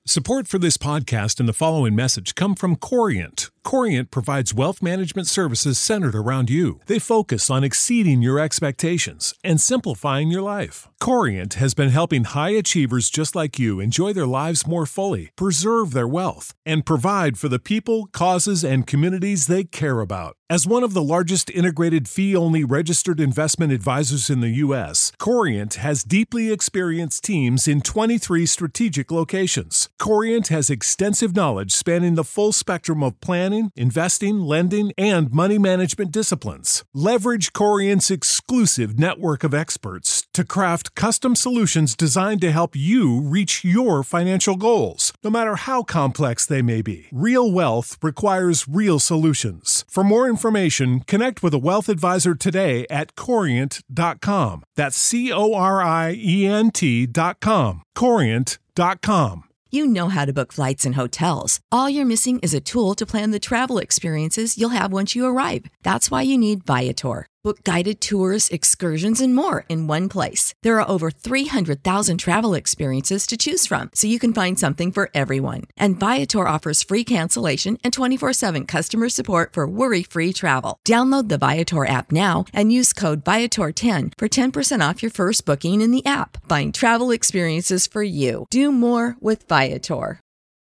Support for this podcast and the following message come from Corient. Corient provides wealth management services centered around you. They focus on exceeding your expectations and simplifying your life. Corient has been helping high achievers just like you enjoy their lives more fully, preserve their wealth, and provide for the people, causes, and communities they care about. As one of the largest integrated fee-only registered investment advisors in the U.S., Corient has deeply experienced teams in 23 strategic locations. Corient has extensive knowledge spanning the full spectrum of planning, investing, lending, and money management disciplines. Leverage Corient's exclusive network of experts to craft custom solutions designed to help you reach your financial goals, no matter how complex they may be. Real wealth requires real solutions. For more information, connect with a wealth advisor today at Corient.com. That's Corient.com. Corient.com. You know how to book flights and hotels. All you're missing is a tool to plan the travel experiences you'll have once you arrive. That's why you need Viator. Book guided tours, excursions, and more in one place. There are over 300,000 travel experiences to choose from, so you can find something for everyone. And Viator offers free cancellation and 24/7 customer support for worry-free travel. Download the Viator app now and use code Viator10 for 10% off your first booking in the app. Find travel experiences for you. Do more with Viator.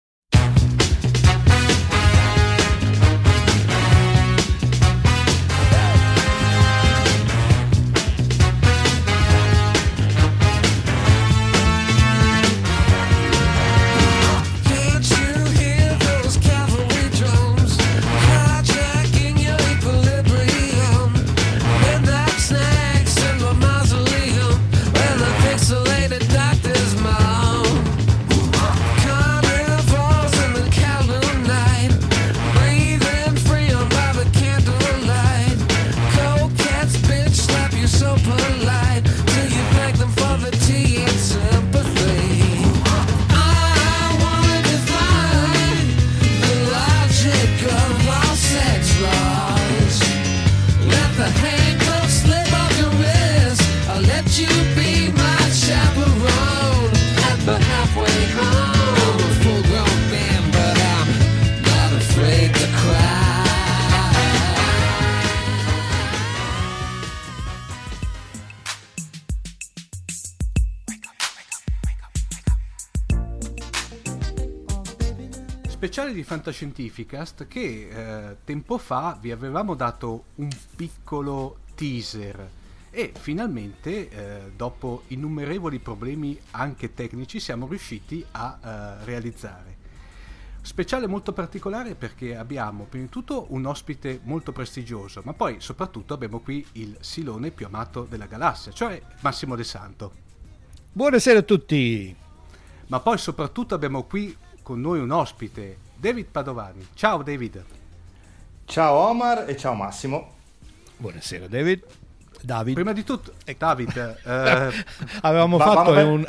Speciale di Fantascientificast che tempo fa vi avevamo dato un piccolo teaser e finalmente dopo innumerevoli problemi anche tecnici siamo riusciti a realizzare. Speciale molto particolare perché abbiamo prima di tutto un ospite molto prestigioso, ma poi soprattutto abbiamo qui il silone più amato della galassia, cioè Massimo De Santo. Buonasera a tutti. Ma poi soprattutto abbiamo qui con noi un ospite, David Padovani. Ciao David. Ciao Omar e ciao Massimo. Buonasera David. Prima di tutto, David, avevamo fatto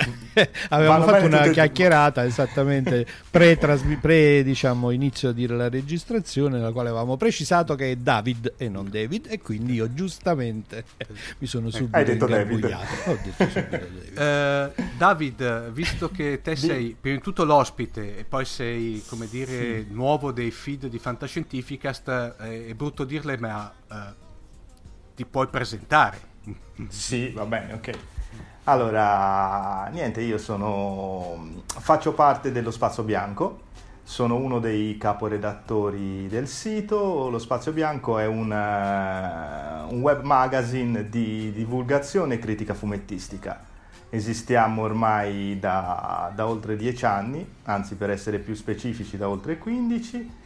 una chiacchierata esattamente diciamo inizio a dire la registrazione, nella quale avevamo precisato che è David e non David, e quindi io giustamente mi sono subito ingarbugliato. Ho detto subito David. David, visto che te sei prima di tutto l'ospite e poi sei, come dire, nuovo dei feed di Fantascientificast, è brutto dirle, ma ti puoi presentare? Sì, va bene, ok. Allora, niente, io faccio parte dello Spazio Bianco, sono uno dei caporedattori del sito. Lo Spazio Bianco è un web magazine di divulgazione e critica fumettistica. Esistiamo ormai da oltre 10 anni, anzi per essere più specifici da oltre 15.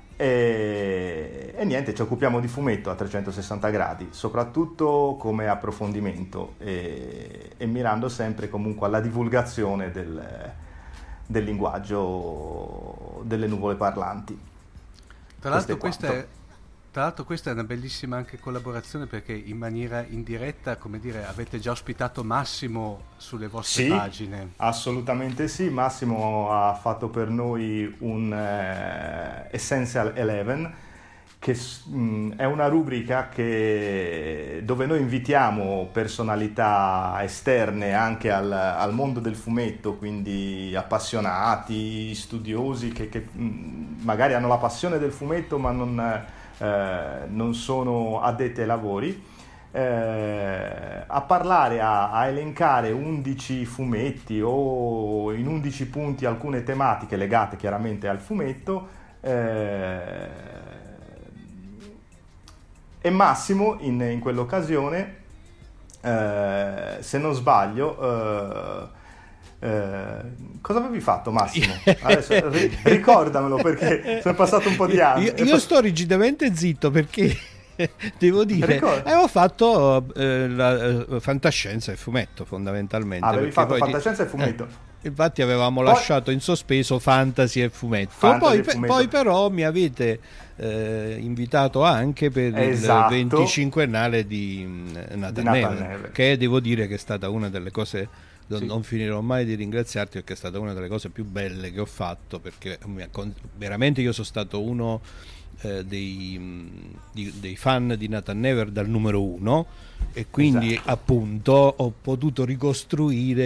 E niente, ci occupiamo di fumetto a 360 gradi, soprattutto come approfondimento e mirando sempre comunque alla divulgazione del linguaggio delle nuvole parlanti. Tra l'altro questa è una bellissima anche collaborazione, perché in maniera indiretta, come dire, avete già ospitato Massimo sulle vostre pagine. Assolutamente sì, Massimo ha fatto per noi un Essential Eleven, è una rubrica dove noi invitiamo personalità esterne anche al mondo del fumetto, quindi appassionati, studiosi che magari hanno la passione del fumetto ma non sono addetti ai lavori, a parlare, a elencare 11 fumetti o in 11 punti alcune tematiche legate chiaramente al fumetto. E Massimo in quell'occasione, se non sbaglio, cosa avevi fatto, Massimo? Adesso ricordamelo, perché sono passato un po' di anni. Io sto rigidamente zitto perché devo dire, avevo fatto la fantascienza e fumetto fondamentalmente. Avevi fatto fantascienza e fumetto. Infatti avevamo lasciato in sospeso fantasy e fumetto. Poi però mi avete invitato anche per il 25ennale di Nathan Never, che devo dire che è stata una delle cose, non finirò mai di ringraziarti, perché è stata una delle cose più belle che ho fatto, perché veramente io sono stato uno dei fan di Nathan Never dal numero 1, e quindi appunto ho potuto ricostruire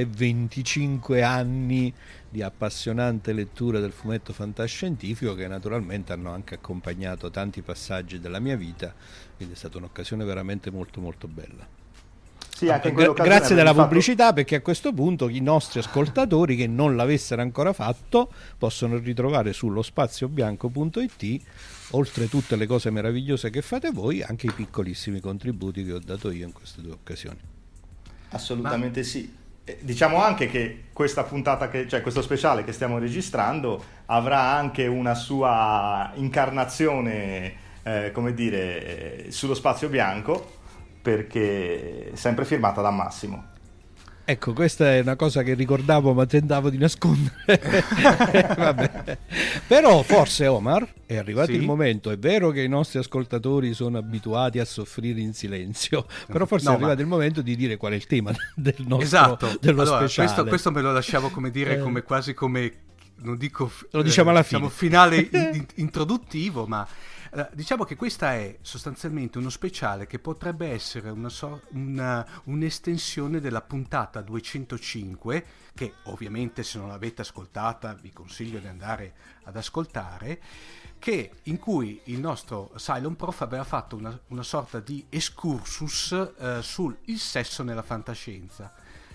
25 anni di appassionante lettura del fumetto fantascientifico, che naturalmente hanno anche accompagnato tanti passaggi della mia vita, quindi è stata un'occasione veramente molto molto bella. Sì, anche grazie della pubblicità, perché a questo punto i nostri ascoltatori che non l'avessero ancora fatto possono ritrovare sullo spaziobianco.it, oltre tutte le cose meravigliose che fate voi, anche i piccolissimi contributi che ho dato io in queste 2 occasioni. Assolutamente sì. Diciamo anche che questa puntata, cioè questo speciale che stiamo registrando, avrà anche una sua incarnazione, come dire, sullo Spazio Bianco, perché è sempre firmata da Massimo. Ecco, questa è una cosa che ricordavo ma tentavo di nascondere. Vabbè. Però forse, Omar, è arrivato il momento. È vero che i nostri ascoltatori sono abituati a soffrire in silenzio, però forse è arrivato il momento di dire qual è il tema del nostro dello speciale. Questo me lo lasciavo, come dire, come quasi come, non dico, lo diciamo alla fine, finale introduttivo, ma diciamo che questa è sostanzialmente uno speciale che potrebbe essere un'estensione della puntata 205, che ovviamente, se non l'avete ascoltata, vi consiglio di andare ad ascoltare, in cui il nostro Cylon Prof aveva fatto una sorta di excursus sul sesso nella fantascienza,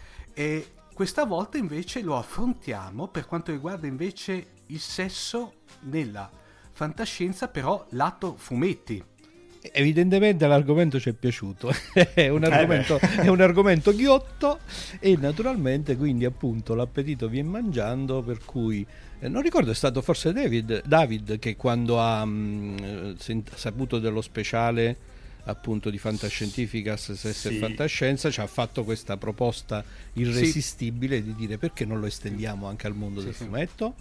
e questa volta invece lo affrontiamo per quanto riguarda invece il sesso nella fantascienza, però lato fumetti. Evidentemente l'argomento ci è piaciuto. È un argomento ghiotto, e naturalmente quindi appunto l'appetito viene mangiando, per cui non ricordo, è stato forse David che quando ha saputo dello speciale appunto di Fantascientificas, sesso e fantascienza, ci ha fatto questa proposta irresistibile di dire: perché non lo estendiamo anche al mondo del fumetto?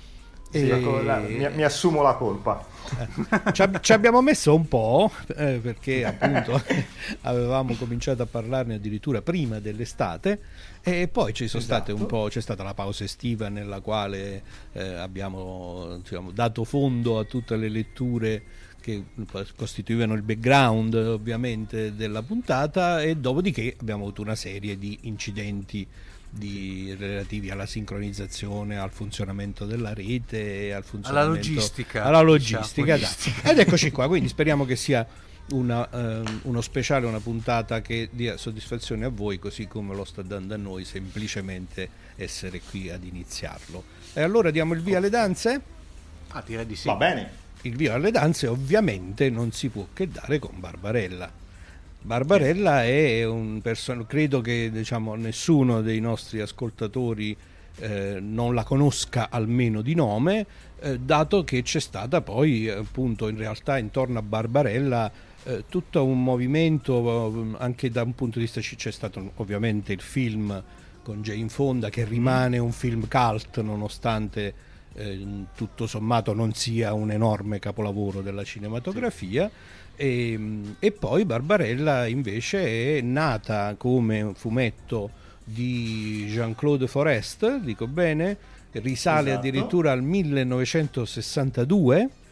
Mi assumo la colpa. Ci abbiamo messo un po', perché appunto avevamo cominciato a parlarne addirittura prima dell'estate, e poi c'è stata la pausa estiva nella quale abbiamo dato fondo a tutte le letture che costituivano il background ovviamente della puntata, e dopodiché abbiamo avuto una serie di incidenti relativi alla sincronizzazione, al funzionamento della rete e alla logistica, ed eccoci qua. Quindi speriamo che sia uno speciale, una puntata che dia soddisfazione a voi, così come lo sta dando a noi semplicemente essere qui ad iniziarlo. E allora diamo il via alle danze? Direi di sì. Va bene. Il via alle danze ovviamente non si può che dare con Barbarella. Barbarella è un personaggio, credo che nessuno dei nostri ascoltatori non la conosca almeno di nome, dato che c'è stata poi appunto in realtà intorno a Barbarella tutto un movimento, anche da un punto di vista c'è stato ovviamente il film con Jane Fonda, che rimane un film cult nonostante tutto sommato non sia un enorme capolavoro della cinematografia. E poi Barbarella invece è nata come un fumetto di Jean-Claude Forest, dico bene, risale addirittura al 1962,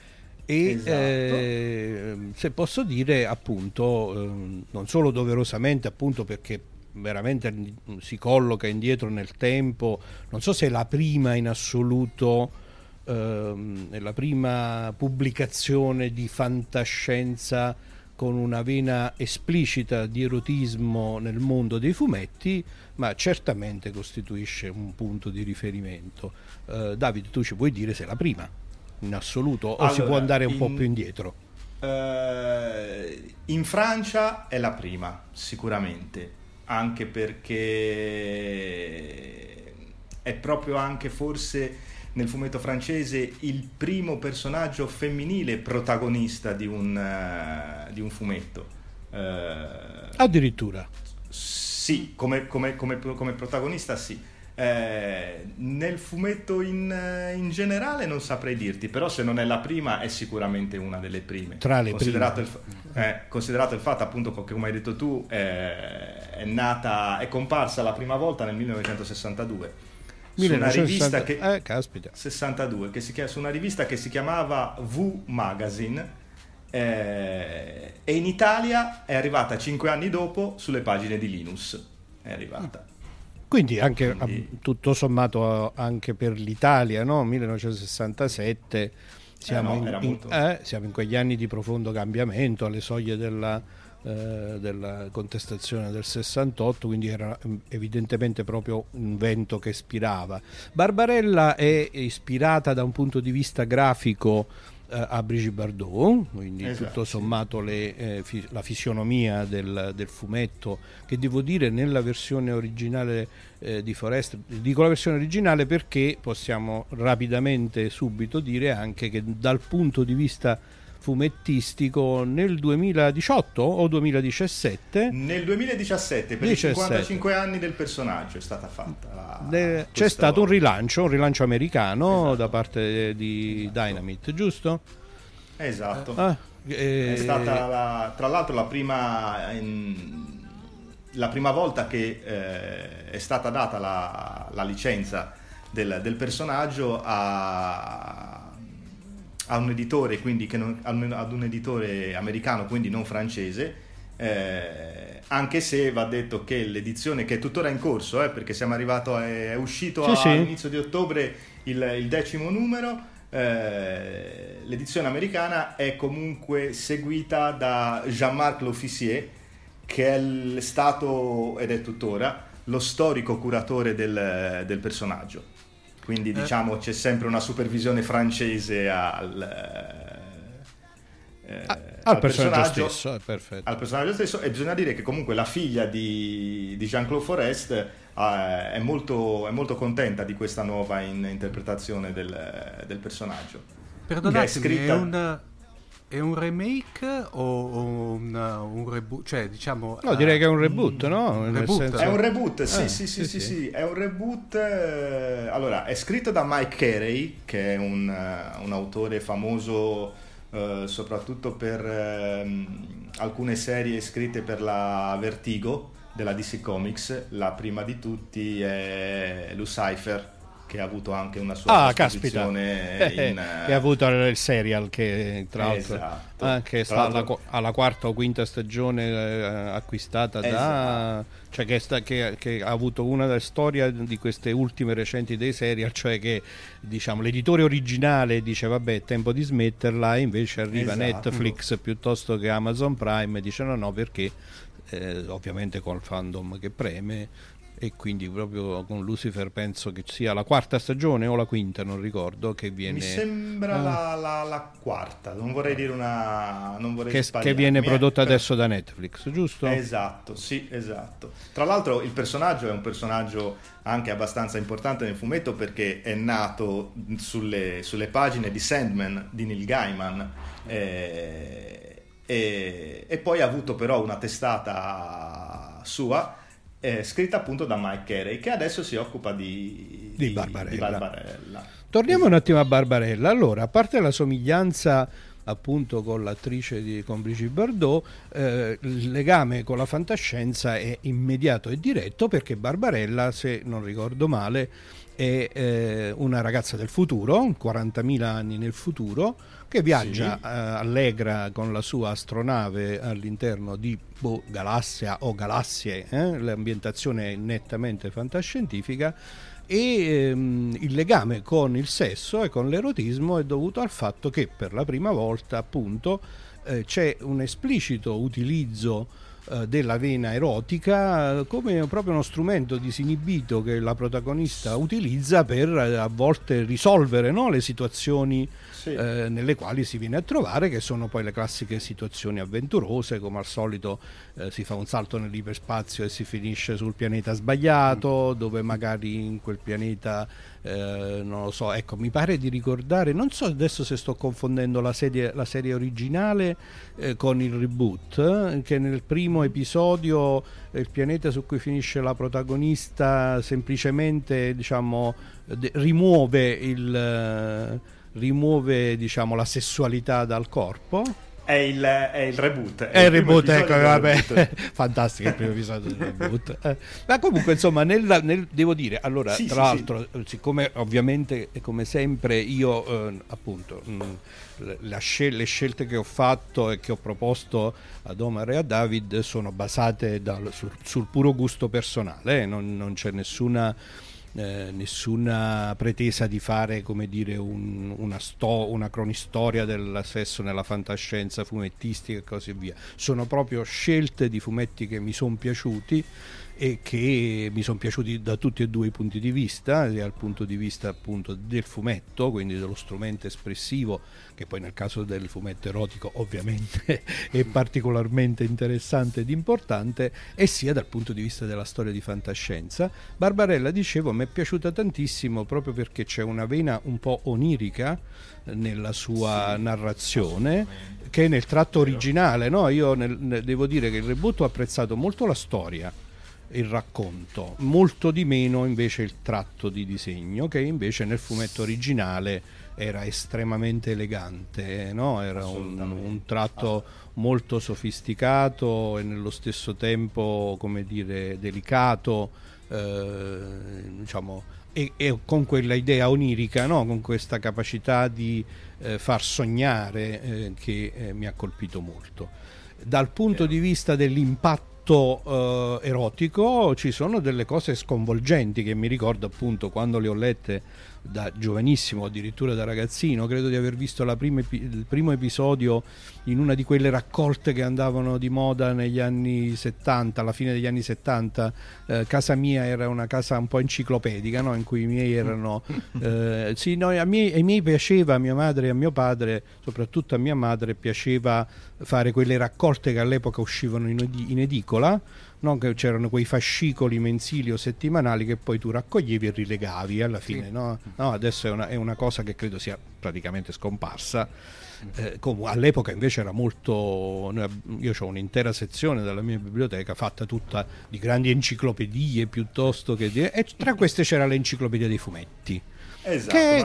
e esatto. Se posso dire, appunto, non solo doverosamente, appunto perché veramente si colloca indietro nel tempo, non so se è la prima in assoluto, è la prima pubblicazione di fantascienza con una vena esplicita di erotismo nel mondo dei fumetti, ma certamente costituisce un punto di riferimento. David, tu ci puoi dire se è la prima in assoluto, o allora, si può andare un po' più indietro? In Francia è la prima, sicuramente, anche perché è proprio anche forse nel fumetto francese il primo personaggio femminile protagonista di un fumetto. Addirittura? Sì, come protagonista sì. Nel fumetto in generale non saprei dirti, però se non è la prima è sicuramente una delle prime. Tra le considerato prime. Considerato il fatto, appunto, che come hai detto tu, è comparsa la prima volta nel 1962. Su una rivista che 62, su una rivista che si chiamava V Magazine, e in Italia è arrivata 5 anni dopo sulle pagine di Linus. È arrivata. Quindi anche tutto sommato anche per l'Italia, no? 1967 siamo in quegli anni di profondo cambiamento, alle soglie della contestazione del 68, quindi era evidentemente proprio un vento che ispirava. Barbarella è ispirata da un punto di vista grafico a Brigitte Bardot, quindi esatto, tutto sommato la fisionomia del fumetto, che devo dire nella versione originale di Forest, dico la versione originale perché possiamo rapidamente subito dire anche che dal punto di vista fumettistico nel 2018 o 2017, nel 2017 per i 55 anni del personaggio è stata fatta c'è stato un rilancio americano, esatto, da parte di Dynamite, giusto? Esatto. È stata tra l'altro la prima volta che è stata data la licenza del personaggio a un editore, quindi ad un editore americano, quindi non francese, anche se va detto che l'edizione, che è tuttora in corso, perché siamo arrivato, è uscito all'inizio di ottobre il 10° numero, l'edizione americana è comunque seguita da Jean-Marc L'Officier, che è stato ed è tuttora lo storico curatore del personaggio. Quindi diciamo c'è sempre una supervisione francese al personaggio stesso, perfetto. Al personaggio stesso, e bisogna dire che comunque la figlia di Jean-Claude Forest è molto contenta di questa nuova interpretazione del personaggio. Perdonatemi, è un remake o un reboot? Cioè, diciamo, no, direi che è un reboot, no? È un reboot, sì, è un reboot. Allora, è scritto da Mike Carey, che è un autore famoso soprattutto per alcune serie scritte per la Vertigo della DC Comics. La prima di tutti è Lucifer, che ha avuto anche una sua esposizione che ha avuto il serial, che tra l'altro anche alla quarta o quinta stagione acquistata che ha avuto una delle storie di queste ultime recenti dei serial, cioè che diciamo l'editore originale dice vabbè è tempo di smetterla, e invece arriva Netflix piuttosto che Amazon Prime e dice no perché ovviamente col fandom che preme. E quindi proprio con Lucifer penso che sia la quarta stagione o la quinta, non ricordo, che viene, mi sembra la quarta, non vorrei dire che viene prodotta adesso da Netflix, giusto? Esatto. Tra l'altro il personaggio è un personaggio anche abbastanza importante nel fumetto, perché è nato sulle pagine di Sandman di Neil Gaiman, e poi ha avuto però una testata sua scritta appunto da Mike Carey, che adesso si occupa di Barbarella. Torniamo un attimo a Barbarella. Allora, a parte la somiglianza appunto con l'attrice con Brigitte Bardot, il legame con la fantascienza è immediato e diretto, perché Barbarella, se non ricordo male, è una ragazza del futuro, 40.000 anni nel futuro, che viaggia allegra con la sua astronave all'interno di galassia o galassie, l'ambientazione è nettamente fantascientifica, e il legame con il sesso e con l'erotismo è dovuto al fatto che per la prima volta appunto c'è un esplicito utilizzo della vena erotica come proprio uno strumento disinibito che la protagonista utilizza per a volte risolvere, no, le situazioni nelle quali si viene a trovare, che sono poi le classiche situazioni avventurose, come al solito si fa un salto nell'iperspazio e si finisce sul pianeta sbagliato, dove magari in quel pianeta non lo so, ecco, mi pare di ricordare, non so adesso se sto confondendo la serie originale con il reboot, che nel primo episodio il pianeta su cui finisce la protagonista semplicemente, diciamo, rimuove diciamo la sessualità dal corpo. È il reboot. È il reboot, ecco, vabbè. Fantastico il primo episodio del reboot. Ma comunque, insomma, devo dire, allora, tra l'altro, siccome ovviamente, come sempre, io appunto le scelte che ho fatto e che ho proposto ad Omar e a David sono basate sul puro gusto personale, non c'è nessuna pretesa di fare, come dire, una cronistoria del sesso nella fantascienza fumettistica e così via. Sono proprio scelte di fumetti che mi sono piaciuti e che mi sono piaciuti da tutti e due i punti di vista, dal punto di vista appunto del fumetto, quindi dello strumento espressivo, che poi nel caso del fumetto erotico ovviamente è particolarmente interessante ed importante, e sia dal punto di vista della storia di fantascienza. Barbarella, dicevo, mi è piaciuta tantissimo proprio perché c'è una vena un po' onirica nella sua narrazione, che nel tratto originale, no? Io devo dire che il reboot ho apprezzato molto la storia, il racconto, molto di meno invece il tratto di disegno, che invece nel fumetto originale era estremamente elegante, no? Era un tratto molto sofisticato e nello stesso tempo, come dire, delicato, diciamo, e con quella idea onirica, no? Con questa capacità di far sognare che mi ha colpito molto. Dal punto di vista dell'impatto erotico ci sono delle cose sconvolgenti che mi ricordo appunto quando le ho lette da giovanissimo, addirittura da ragazzino. Credo di aver visto il primo episodio in una di quelle raccolte che andavano di moda negli anni 70, alla fine degli anni 70. Casa mia era una casa un po' enciclopedica, no? In cui i miei erano ai miei piaceva, a mia madre e a mio padre, soprattutto a mia madre, piaceva fare quelle raccolte che all'epoca uscivano in edicola, no? Che c'erano quei fascicoli mensili o settimanali che poi tu raccoglievi e rilegavi alla fine, no? No, adesso è una cosa che credo sia praticamente scomparsa. All'epoca invece era molto. Io ho un'intera sezione della mia biblioteca fatta tutta di grandi enciclopedie, piuttosto che e tra queste c'era l'enciclopedia dei fumetti. Esatto,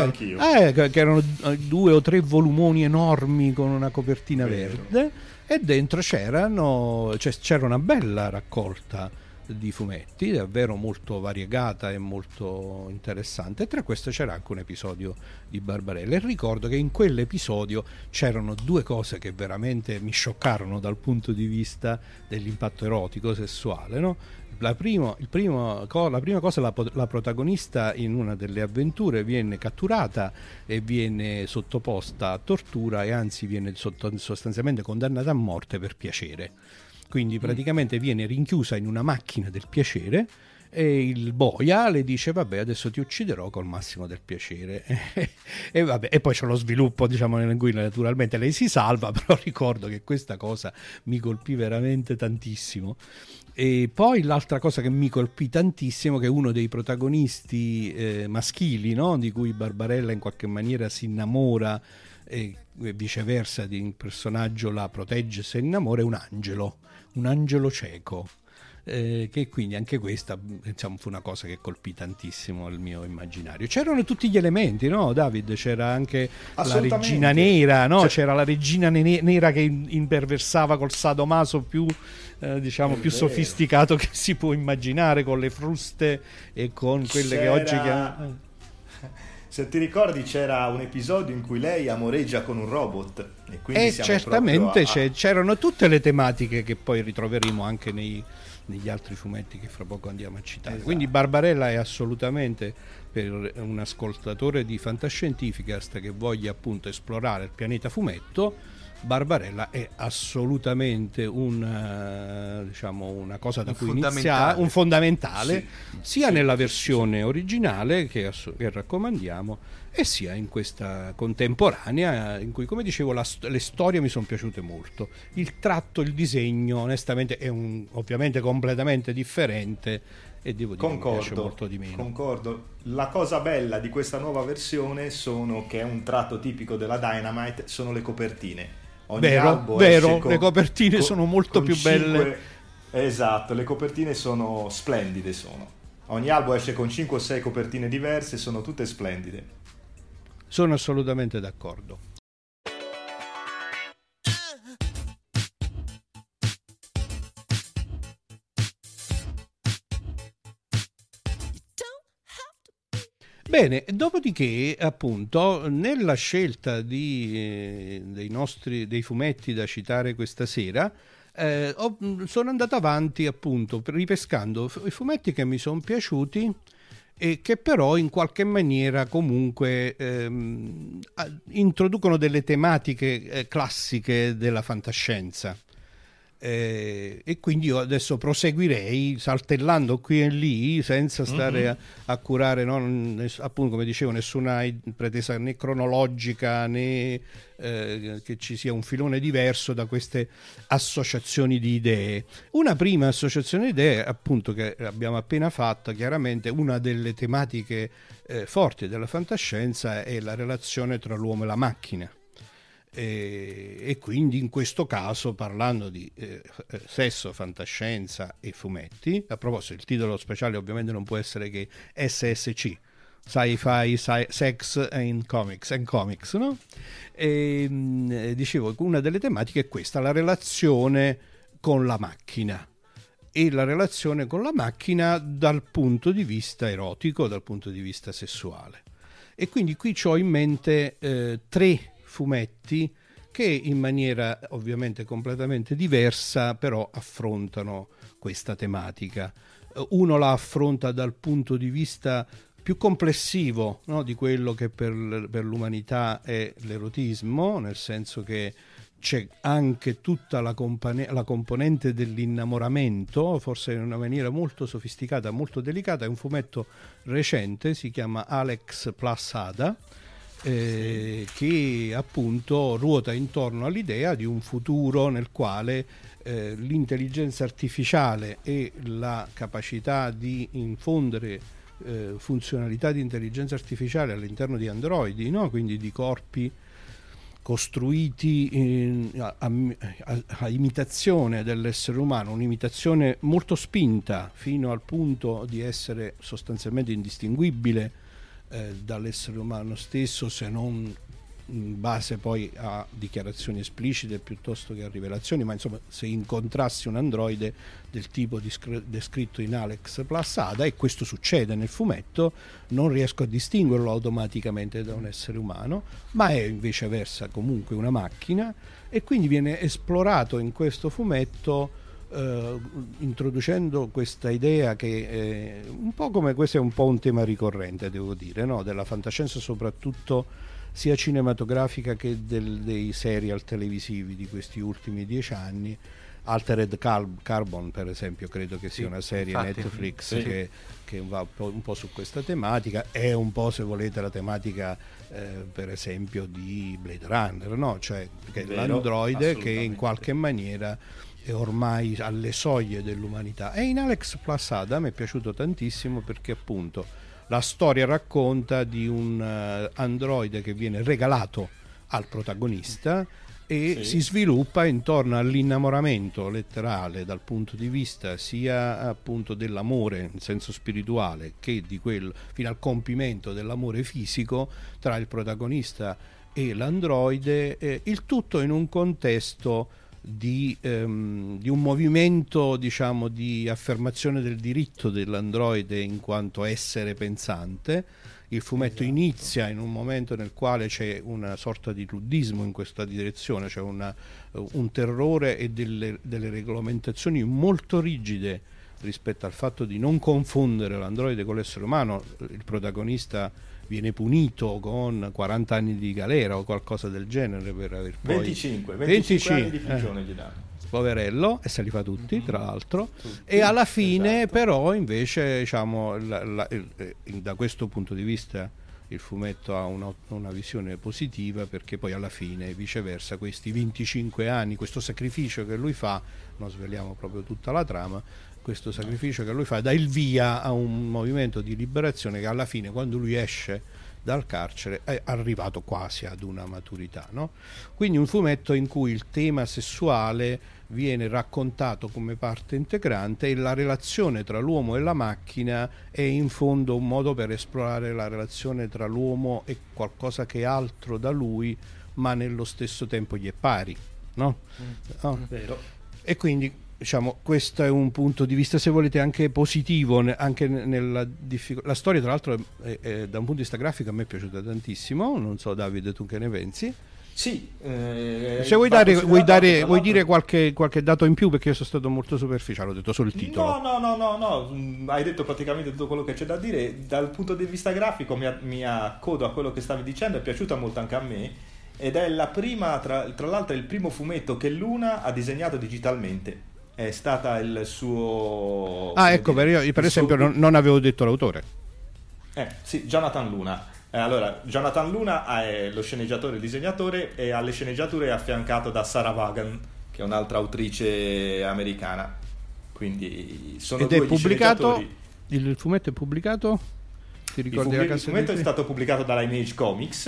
che erano 2 o 3 volumoni enormi con una copertina verde, e dentro c'era una bella raccolta di fumetti davvero molto variegata e molto interessante, e tra questo c'era anche un episodio di Barbarella, e ricordo che in quell'episodio c'erano 2 cose che veramente mi scioccarono dal punto di vista dell'impatto erotico sessuale, no? La prima cosa, la protagonista in una delle avventure viene catturata e viene sottoposta a tortura, e anzi viene sostanzialmente condannata a morte per piacere. Quindi praticamente viene rinchiusa in una macchina del piacere, e il boia le dice: vabbè, adesso ti ucciderò col massimo del piacere. E poi c'è lo sviluppo, diciamo, in cui naturalmente lei si salva, però ricordo che questa cosa mi colpì veramente tantissimo. E poi l'altra cosa che mi colpì tantissimo, che uno dei protagonisti maschili, no? Di cui Barbarella in qualche maniera si innamora, e viceversa, di un personaggio la protegge se innamora, è un angelo cieco. che quindi anche questa, diciamo, fu una cosa che colpì tantissimo il mio immaginario. C'erano tutti gli elementi, no David? C'era anche la regina nera, no? C'era la regina nera che imperversava col sadomaso più diciamo più sofisticato che si può immaginare, con le fruste e con quelle che oggi chiamiamo... Se ti ricordi, c'era un episodio in cui lei amoreggia con un robot e quindi certamente c'erano tutte le tematiche che poi ritroveremo anche negli altri fumetti che fra poco andiamo a citare. Esatto. Quindi Barbarella è assolutamente, per un ascoltatore di Fantascientificast che voglia appunto esplorare il pianeta fumetto, Barbarella è assolutamente diciamo una cosa da cui iniziare, un fondamentale, sia nella versione originale che raccomandiamo, e sia in questa contemporanea in cui, come dicevo, le storie mi sono piaciute molto. Il tratto, il disegno onestamente è ovviamente completamente differente, e devo dire che mi piace molto di meno. Concordo. La cosa bella di questa nuova versione che è un tratto tipico della Dynamite, sono le copertine. Vero, le copertine sono molto più belle. Esatto, le copertine sono splendide. Ogni albo esce con 5 o 6 copertine diverse, sono tutte splendide. Sono assolutamente d'accordo. Bene, dopodiché appunto nella scelta dei fumetti da citare questa sera sono andato avanti appunto ripescando i fumetti che mi sono piaciuti e che però in qualche maniera comunque introducono delle tematiche classiche della fantascienza. E quindi io adesso proseguirei saltellando qui e lì senza stare a curare, appunto, come dicevo, nessuna pretesa né cronologica né che ci sia un filone diverso da queste associazioni di idee. Una prima associazione di idee, appunto, che abbiamo appena fatto, chiaramente una delle tematiche forti della fantascienza è la relazione tra l'uomo e la macchina. E quindi in questo caso, parlando di sesso, fantascienza e fumetti, a proposito, il titolo speciale ovviamente non può essere che SSC, Sci-Fi Sex and Comics, no? Dicevo, una delle tematiche è questa, la relazione con la macchina, e la relazione con la macchina dal punto di vista erotico, dal punto di vista sessuale. E quindi qui ho in mente 3 fumetti che in maniera ovviamente completamente diversa però affrontano questa tematica. Uno la affronta dal punto di vista più complessivo, no, di quello che per l'umanità è l'erotismo, nel senso che c'è anche tutta la componente dell'innamoramento, forse in una maniera molto sofisticata, molto delicata. È un fumetto recente, si chiama Alex Plus Ada, che appunto ruota intorno all'idea di un futuro nel quale l'intelligenza artificiale e la capacità di infondere funzionalità di intelligenza artificiale all'interno di androidi, no? Quindi di corpi costruiti a imitazione dell'essere umano, un'imitazione molto spinta fino al punto di essere sostanzialmente indistinguibile dall'essere umano stesso, se non in base poi a dichiarazioni esplicite piuttosto che a rivelazioni. Ma insomma, se incontrassi un androide del tipo descritto in Alex Plus Ada, e questo succede nel fumetto, non riesco a distinguerlo automaticamente da un essere umano, ma è invece versa comunque una macchina, e quindi viene esplorato in questo fumetto introducendo questa idea che un po' come questo è un po' un tema ricorrente, devo dire, no? Della fantascienza, soprattutto sia cinematografica che dei serial televisivi di questi ultimi 10 anni. Altered Carbon, per esempio, credo che sia una serie Netflix che va un po' su questa tematica. È un po', se volete, la tematica per esempio di Blade Runner, no? Cioè che l'androide che in qualche maniera è ormai alle soglie dell'umanità. E in Alex Plus Ada mi è piaciuto tantissimo perché appunto la storia racconta di un androide che viene regalato al protagonista e si sviluppa intorno all'innamoramento letterale dal punto di vista sia appunto dell'amore in senso spirituale che di quello fino al compimento dell'amore fisico tra il protagonista e l'androide, il tutto in un contesto di un movimento, diciamo, di affermazione del diritto dell'androide in quanto essere pensante. Il fumetto inizia in un momento nel quale c'è una sorta di luddismo in questa direzione, c'è un terrore e delle regolamentazioni molto rigide rispetto al fatto di non confondere l'androide con l'essere umano. Il protagonista viene punito con 40 anni di galera o qualcosa del genere per aver poi 25 anni di prigione gli danno. Poverello, e se li fa tutti tra l'altro, e alla fine esatto. Però invece, diciamo, da questo punto di vista il fumetto ha una visione positiva, perché poi alla fine viceversa questi 25 anni, questo sacrificio che lui fa, non sveliamo proprio tutta la trama, questo sacrificio che lui fa dà il via a un movimento di liberazione che alla fine, quando lui esce dal carcere, è arrivato quasi ad una maturità, no? Quindi un fumetto in cui il tema sessuale viene raccontato come parte integrante e la relazione tra l'uomo e la macchina è in fondo un modo per esplorare la relazione tra l'uomo e qualcosa che è altro da lui ma nello stesso tempo gli è pari, no? Vero. E quindi, diciamo, questo è un punto di vista, se volete, anche positivo, anche nella difficoltà. La storia, tra l'altro, da un punto di vista grafico a me è piaciuta tantissimo. Non so, Davide, tu che ne pensi? Sì, se vuoi dire qualche dato in più, perché io sono stato molto superficiale, ho detto solo il titolo. No, hai detto praticamente tutto quello che c'è da dire. Dal punto di vista grafico mi accodo a quello che stavi dicendo, è piaciuta molto anche a me, ed è la prima, tra l'altro è il primo fumetto che Luna ha disegnato digitalmente. È stata il suo... ecco, io per esempio non avevo detto l'autore. Sì, Jonathan Luna. Allora, Jonathan Luna è lo sceneggiatore e il disegnatore, e alle sceneggiature è affiancato da Sarah Vaughan, che è un'altra autrice americana. Quindi sono due pubblicato. Il fumetto è pubblicato? Ti ricordi il fumetto è stato pubblicato dalla Image Comics.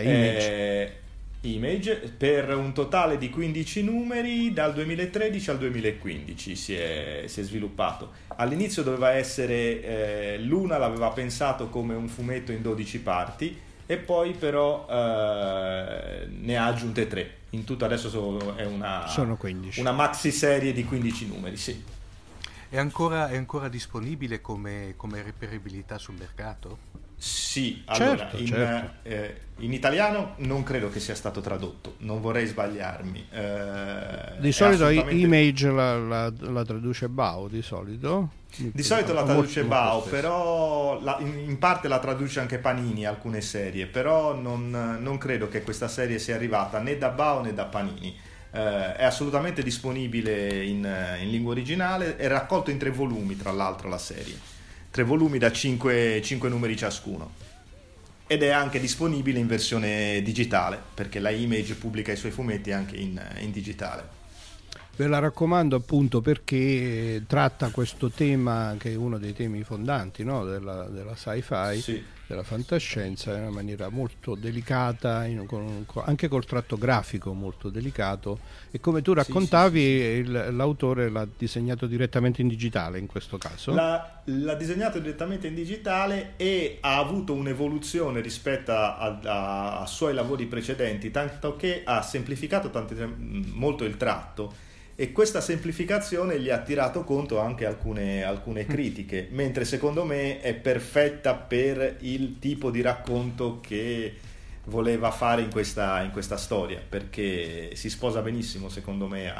Image, per un totale di 15 numeri dal 2013 al 2015 si è sviluppato. All'inizio doveva essere Luna l'aveva pensato come un fumetto in 12 parti, e poi però ne ha aggiunte 3. In tutto adesso sono 15. Una maxi serie di 15 numeri, sì. È ancora disponibile come reperibilità sul mercato? Sì, allora certo. In italiano non credo che sia stato tradotto, non vorrei sbagliarmi. Di solito Image la traduce Bao, di solito. Di solito la traduce Bao, però in parte la traduce anche Panini, alcune serie, però non credo che questa serie sia arrivata né da Bao né da Panini. È assolutamente disponibile in lingua originale, è raccolto in 3 volumi, tra l'altro, la serie. 3 volumi da 5 numeri ciascuno, ed è anche disponibile in versione digitale, perché la Image pubblica i suoi fumetti anche in digitale. Ve la raccomando, appunto, perché tratta questo tema che è uno dei temi fondanti, no? della sci-fi, sì, della fantascienza, in una maniera molto delicata, anche col tratto grafico molto delicato, e come tu raccontavi, sì. L'autore l'ha disegnato direttamente in digitale in questo caso? L'ha disegnato direttamente in digitale e ha avuto un'evoluzione rispetto a suoi lavori precedenti, tanto che ha semplificato molto il tratto, e questa semplificazione gli ha tirato conto anche alcune critiche, mentre secondo me è perfetta per il tipo di racconto che voleva fare in questa storia, perché si sposa benissimo, secondo me,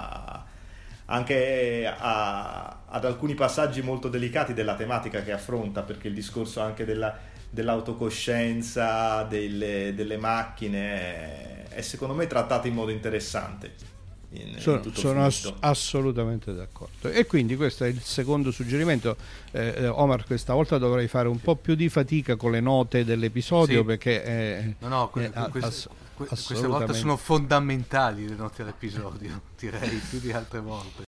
anche ad alcuni passaggi molto delicati della tematica che affronta, perché il discorso anche dell'autocoscienza, delle macchine è secondo me trattato in modo interessante. Sono assolutamente d'accordo, e quindi questo è il secondo suggerimento. Omar, questa volta dovrei fare un po' più di fatica con le note dell'episodio, sì, perché questa volta sono fondamentali le note dell'episodio, direi più di altre volte.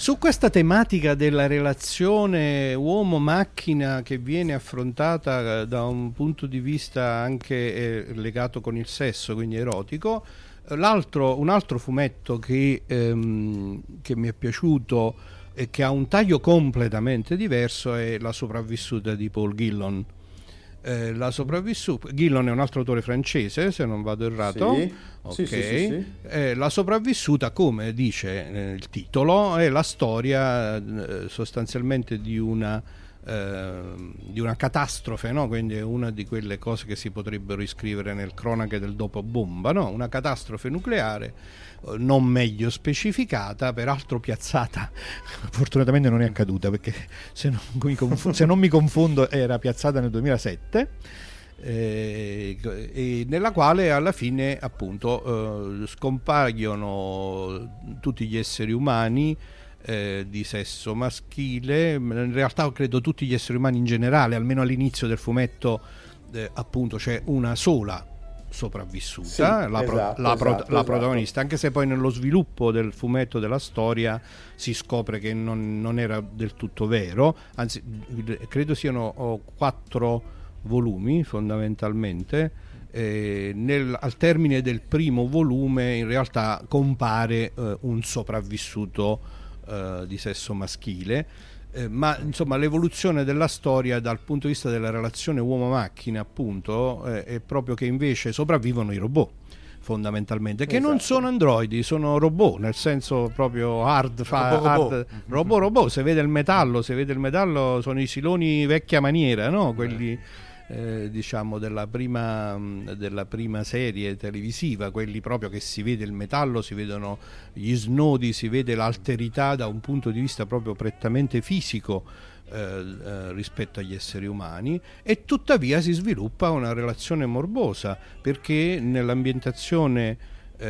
su questa tematica della relazione uomo-macchina che viene affrontata da un punto di vista anche legato con il sesso, quindi erotico, un altro fumetto che mi è piaciuto e che ha un taglio completamente diverso è La sopravvissuta di Paul Gillon. Gillon è un altro autore francese, se non vado errato. Sì. Okay. Sì. La sopravvissuta, come dice il titolo, è la storia sostanzialmente di una catastrofe, no? Quindi è una di quelle cose che si potrebbero iscrivere nel cronache del dopo bomba, no? Una catastrofe nucleare non meglio specificata, peraltro piazzata, fortunatamente non è accaduta, perché se non mi confondo era piazzata nel 2007, e nella quale alla fine appunto scompaiono tutti gli esseri umani di sesso maschile. In realtà credo tutti gli esseri umani in generale, almeno all'inizio del fumetto appunto c'è una sola sopravvissuta, sì, la protagonista, anche se poi nello sviluppo del fumetto, della storia, si scopre che non era del tutto vero, anzi credo siano 4 volumi fondamentalmente. Al termine del primo volume in realtà compare un sopravvissuto di sesso maschile, ma insomma l'evoluzione della storia dal punto di vista della relazione uomo-macchina appunto è proprio che invece sopravvivono i robot fondamentalmente, che non sono androidi, sono robot, nel senso proprio robot. Se vede il metallo sono i siloni vecchia maniera, no? Quelli diciamo della prima serie televisiva, quelli proprio che si vede il metallo, si vedono gli snodi, si vede l'alterità da un punto di vista proprio prettamente fisico rispetto agli esseri umani, e tuttavia si sviluppa una relazione morbosa, perché nell'ambientazione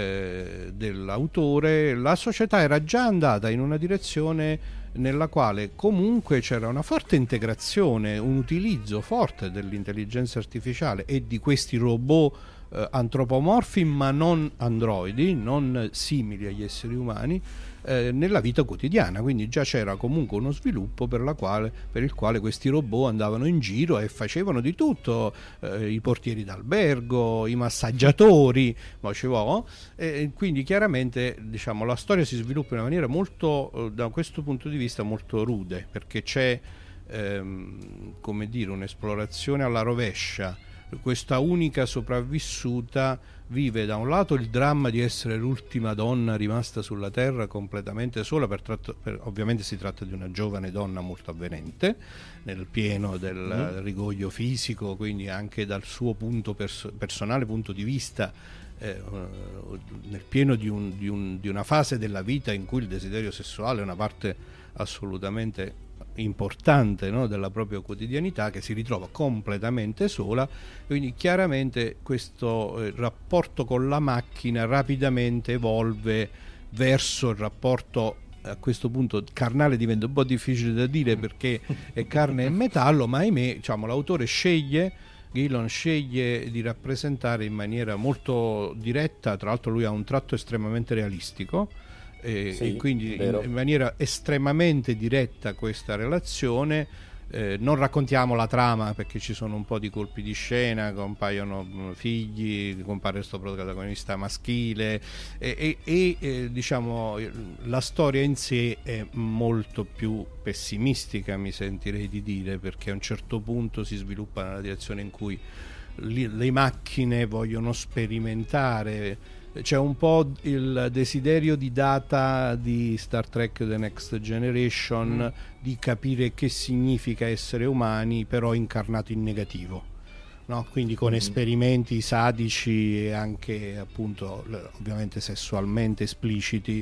dell'autore la società era già andata in una direzione nella quale comunque c'era una forte integrazione, un utilizzo forte dell'intelligenza artificiale e di questi robot antropomorfi ma non androidi, non simili agli esseri umani, nella vita quotidiana. Quindi già c'era comunque uno sviluppo per il quale questi robot andavano in giro e facevano di tutto, i portieri d'albergo, i massaggiatori, quindi chiaramente diciamo la storia si sviluppa in una maniera molto, da questo punto di vista, molto rude, perché c'è come dire un'esplorazione alla rovescia. Questa unica sopravvissuta vive da un lato il dramma di essere l'ultima donna rimasta sulla terra completamente sola, ovviamente si tratta di una giovane donna molto avvenente nel pieno del rigoglio fisico, quindi anche dal suo personale punto di vista, nel pieno di una fase della vita in cui il desiderio sessuale è una parte assolutamente importante, no, della propria quotidianità, che si ritrova completamente sola. Quindi chiaramente questo rapporto con la macchina rapidamente evolve verso il rapporto, a questo punto carnale diventa un po' difficile da dire perché è carne e metallo, ma ahimè diciamo, l'autore Gillon sceglie di rappresentare in maniera molto diretta, tra l'altro lui ha un tratto estremamente realistico, e quindi in maniera estremamente diretta questa relazione. Non raccontiamo la trama perché ci sono un po' di colpi di scena, compaiono figli, compare questo protagonista maschile e diciamo la storia in sé è molto più pessimistica, mi sentirei di dire, perché a un certo punto si sviluppa nella direzione in cui le macchine vogliono sperimentare. C'è un po' il desiderio di Data di Star Trek The Next Generation di capire che significa essere umani, però incarnato in negativo, no? Quindi con esperimenti sadici e anche appunto ovviamente sessualmente espliciti,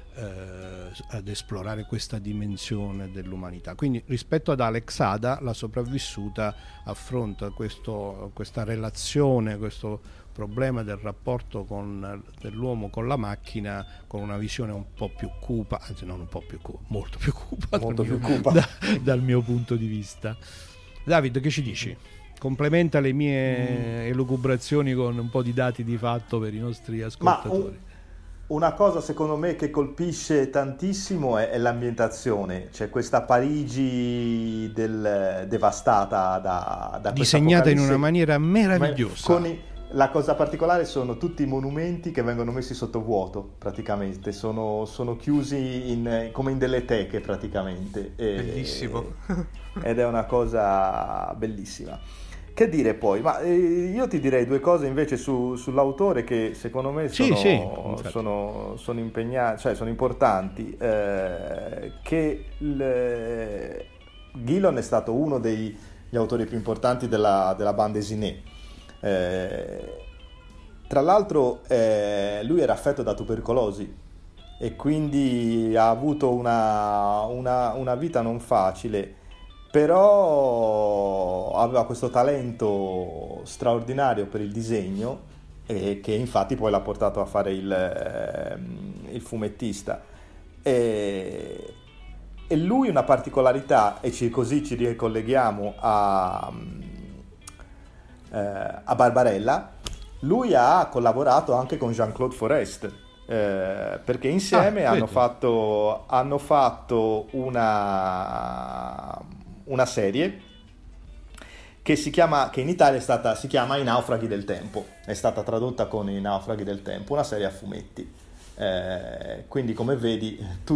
ad esplorare questa dimensione dell'umanità. Quindi rispetto ad Alex Ada, La sopravvissuta affronta questa relazione, questo problema del rapporto dell'uomo con la macchina con una visione un po' più cupa, anzi non un po' più cupa, molto più cupa, dal mio punto di vista. David, che ci dici? Complementa le mie elucubrazioni con un po' di dati di fatto per i nostri ascoltatori. una cosa secondo me che colpisce tantissimo è l'ambientazione, c'è questa Parigi devastata da disegnata in una maniera meravigliosa. La cosa particolare sono tutti i monumenti che vengono messi sotto vuoto praticamente, sono chiusi come in delle teche praticamente. Bellissimo. Ed è una cosa bellissima. Che dire poi? Ma io ti direi due cose invece sull'autore che secondo me sono impegnati, cioè sono importanti. Che Gillon è stato uno degli autori più importanti della bande dessinée. Tra l'altro lui era affetto da tubercolosi e quindi ha avuto una vita non facile, però aveva questo talento straordinario per il disegno che infatti poi l'ha portato a fare il fumettista. E lui una particolarità, e così ci ricolleghiamo a Barbarella, lui ha collaborato anche con Jean-Claude Forest, perché insieme hanno fatto una serie che in Italia si chiama I naufraghi del tempo, è stata tradotta con I naufraghi del tempo, una serie a fumetti. Quindi come vedi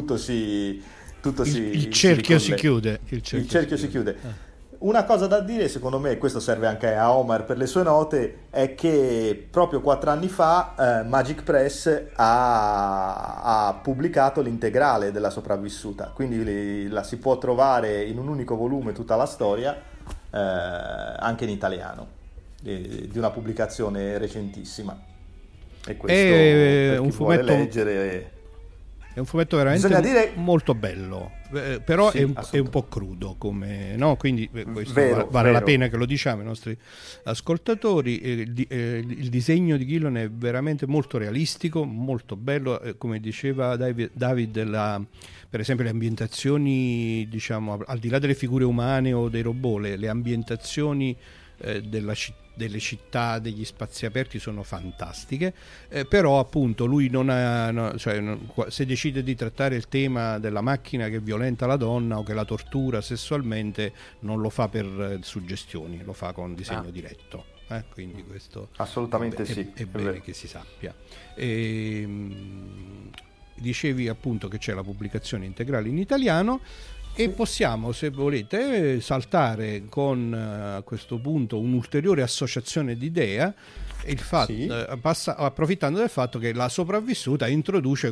il cerchio si chiude. Il cerchio si chiude. Una cosa da dire, secondo me, questo serve anche a Omar per le sue note, è che proprio 4 anni fa Magic Press ha pubblicato l'integrale della Sopravvissuta, quindi la si può trovare in un unico volume tutta la storia, anche in italiano, di una pubblicazione recentissima. E questo per chi vuole leggere... È un fumetto veramente molto bello, però è un po' crudo, come, no? Quindi questo vale la pena che lo diciamo ai nostri ascoltatori. Il disegno di Gillon è veramente molto realistico, molto bello, come diceva David, per esempio le ambientazioni, diciamo, al di là delle figure umane o dei robot, le ambientazioni delle città, degli spazi aperti sono fantastiche, però appunto lui se decide di trattare il tema della macchina che violenta la donna o che la tortura sessualmente, non lo fa per suggestioni, lo fa con disegno diretto. Quindi questo assolutamente è bene che si sappia. Dicevi appunto che c'è la pubblicazione integrale in italiano. E possiamo, se volete, saltare con a questo punto un'ulteriore associazione di idea, approfittando del fatto che la Sopravvissuta introduce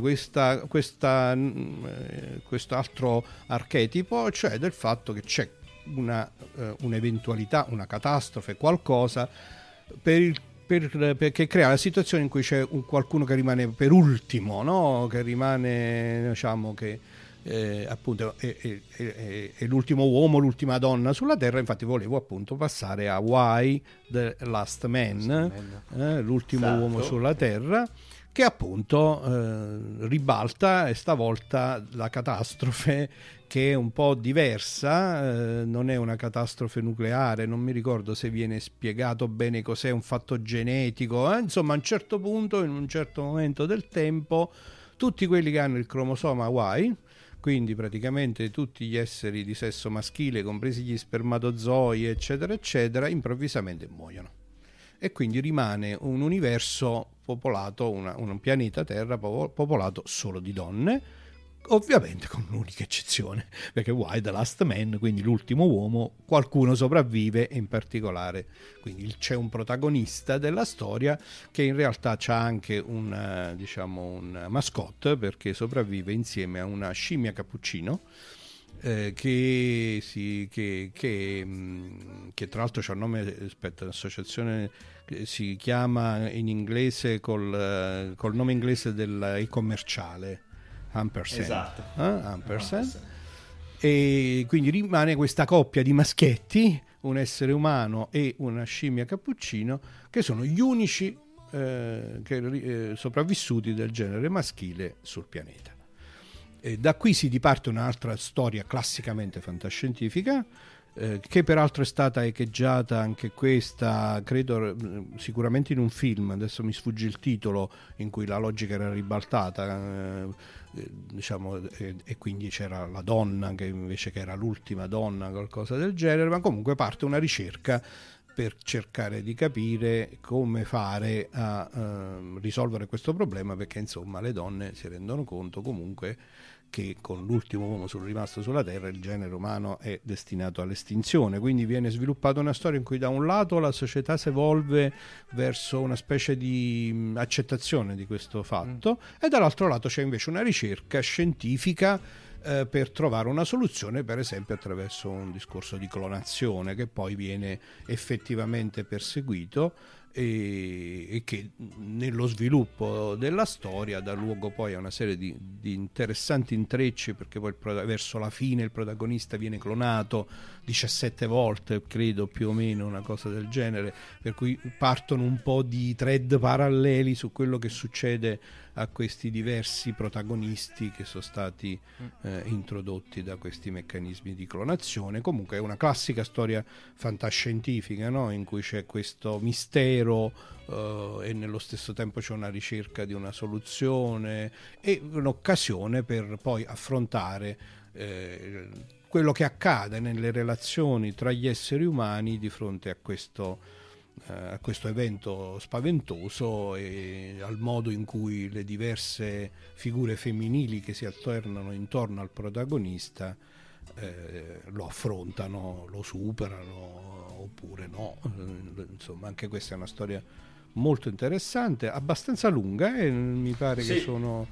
quest'altro archetipo, cioè del fatto che c'è un'eventualità, una catastrofe, qualcosa perché crea la situazione in cui c'è qualcuno che rimane per ultimo, no? Che rimane, diciamo, che appunto è l'ultimo uomo, l'ultima donna sulla Terra. Infatti volevo appunto passare a Why the Last Man, l'ultimo uomo sulla Terra, che appunto ribalta, e stavolta la catastrofe, che è un po' diversa, non è una catastrofe nucleare, non mi ricordo se viene spiegato bene cos'è, un fatto genetico, insomma a un certo punto, in un certo momento del tempo, tutti quelli che hanno il cromosoma Y, quindi praticamente tutti gli esseri di sesso maschile, compresi gli spermatozoi, eccetera eccetera, improvvisamente muoiono, e quindi rimane un universo popolato, un pianeta Terra popolato solo di donne, ovviamente con un'unica eccezione, perché Why the Last Man, quindi l'ultimo uomo, qualcuno sopravvive, e in particolare quindi c'è un protagonista della storia che in realtà c'ha anche un mascotte, perché sopravvive insieme a una scimmia cappuccino, che tra l'altro c'ha un nome, l'associazione si chiama in inglese col nome inglese del commerciale, Ampersand. Esatto. Ampersand. E quindi rimane questa coppia di maschetti, un essere umano e una scimmia cappuccino, che sono gli unici sopravvissuti del genere maschile sul pianeta. E da qui si diparte un'altra storia classicamente fantascientifica, che peraltro è stata echeggiata anche questa, credo, sicuramente in un film, adesso mi sfugge il titolo, in cui la logica era ribaltata, diciamo, e quindi c'era la donna che invece che era l'ultima donna, qualcosa del genere, ma comunque parte una ricerca per cercare di capire come fare a risolvere questo problema, perché insomma le donne si rendono conto comunque che con l'ultimo uomo rimasto sulla Terra il genere umano è destinato all'estinzione. Quindi viene sviluppata una storia in cui da un lato la società si evolve verso una specie di accettazione di questo fatto e dall'altro lato c'è invece una ricerca scientifica per trovare una soluzione, per esempio attraverso un discorso di clonazione che poi viene effettivamente perseguito e che nello sviluppo della storia dà luogo poi a una serie di interessanti intrecci, perché poi verso la fine il protagonista viene clonato 17 volte, credo, più o meno, una cosa del genere, per cui partono un po' di thread paralleli su quello che succede a questi diversi protagonisti che sono stati introdotti da questi meccanismi di clonazione. Comunque è una classica storia fantascientifica, no? In cui c'è questo mistero e nello stesso tempo c'è una ricerca di una soluzione e un'occasione per poi affrontare quello che accade nelle relazioni tra gli esseri umani di fronte a questo evento spaventoso e al modo in cui le diverse figure femminili che si alternano intorno al protagonista lo affrontano, lo superano oppure no. Insomma, anche questa è una storia molto interessante, abbastanza lunga, mi pare che sono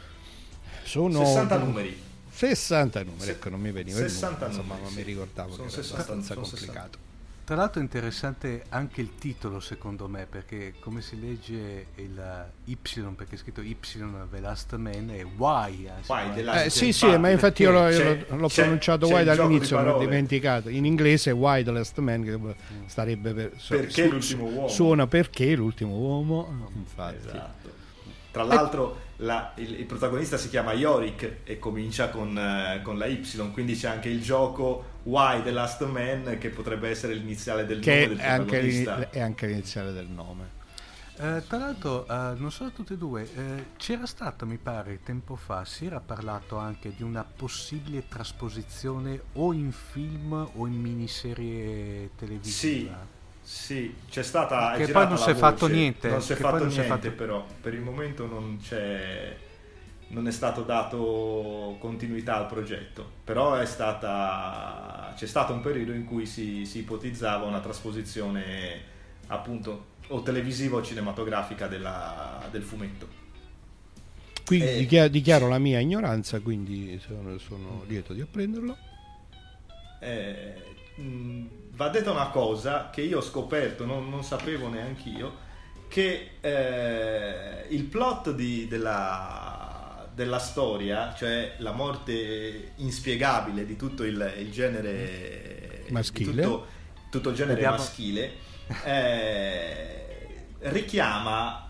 60 numeri. 60 numeri, ecco, non mi veniva il numero, insomma, non mi ricordavo sono che era abbastanza complicato. Tra l'altro è interessante anche il titolo, secondo me, perché come si legge il Y, perché è scritto Y The Last Man, è Y. Sì, ma infatti io l'ho pronunciato Y dall'inizio, non ho dimenticato. In inglese è Y The Last Man, che starebbe perché l'ultimo uomo. Suona perché l'ultimo uomo, infatti. Esatto. Tra l'altro il protagonista si chiama Yorick e comincia con la Y, quindi c'è anche il gioco Y The Last Man, che potrebbe essere l'iniziale del nome del protagonista. È anche l'iniziale del nome. Tra l'altro, non solo tutte e due, c'era stato, mi pare, tempo fa, si era parlato anche di una possibile trasposizione o in film o in miniserie televisiva. Sì, c'è stata. Che poi non si è fatto niente. Non si è fatto niente, però per il momento non è stato dato continuità al progetto. Però c'è stato un periodo in cui si ipotizzava una trasposizione, appunto, o televisiva o cinematografica del fumetto. Qui dichiaro la mia ignoranza, quindi sono lieto di apprenderlo. Va detta una cosa che io ho scoperto, non sapevo neanche io, che il plot della storia, cioè la morte inspiegabile di tutto il genere maschile, tutto il genere maschile, richiama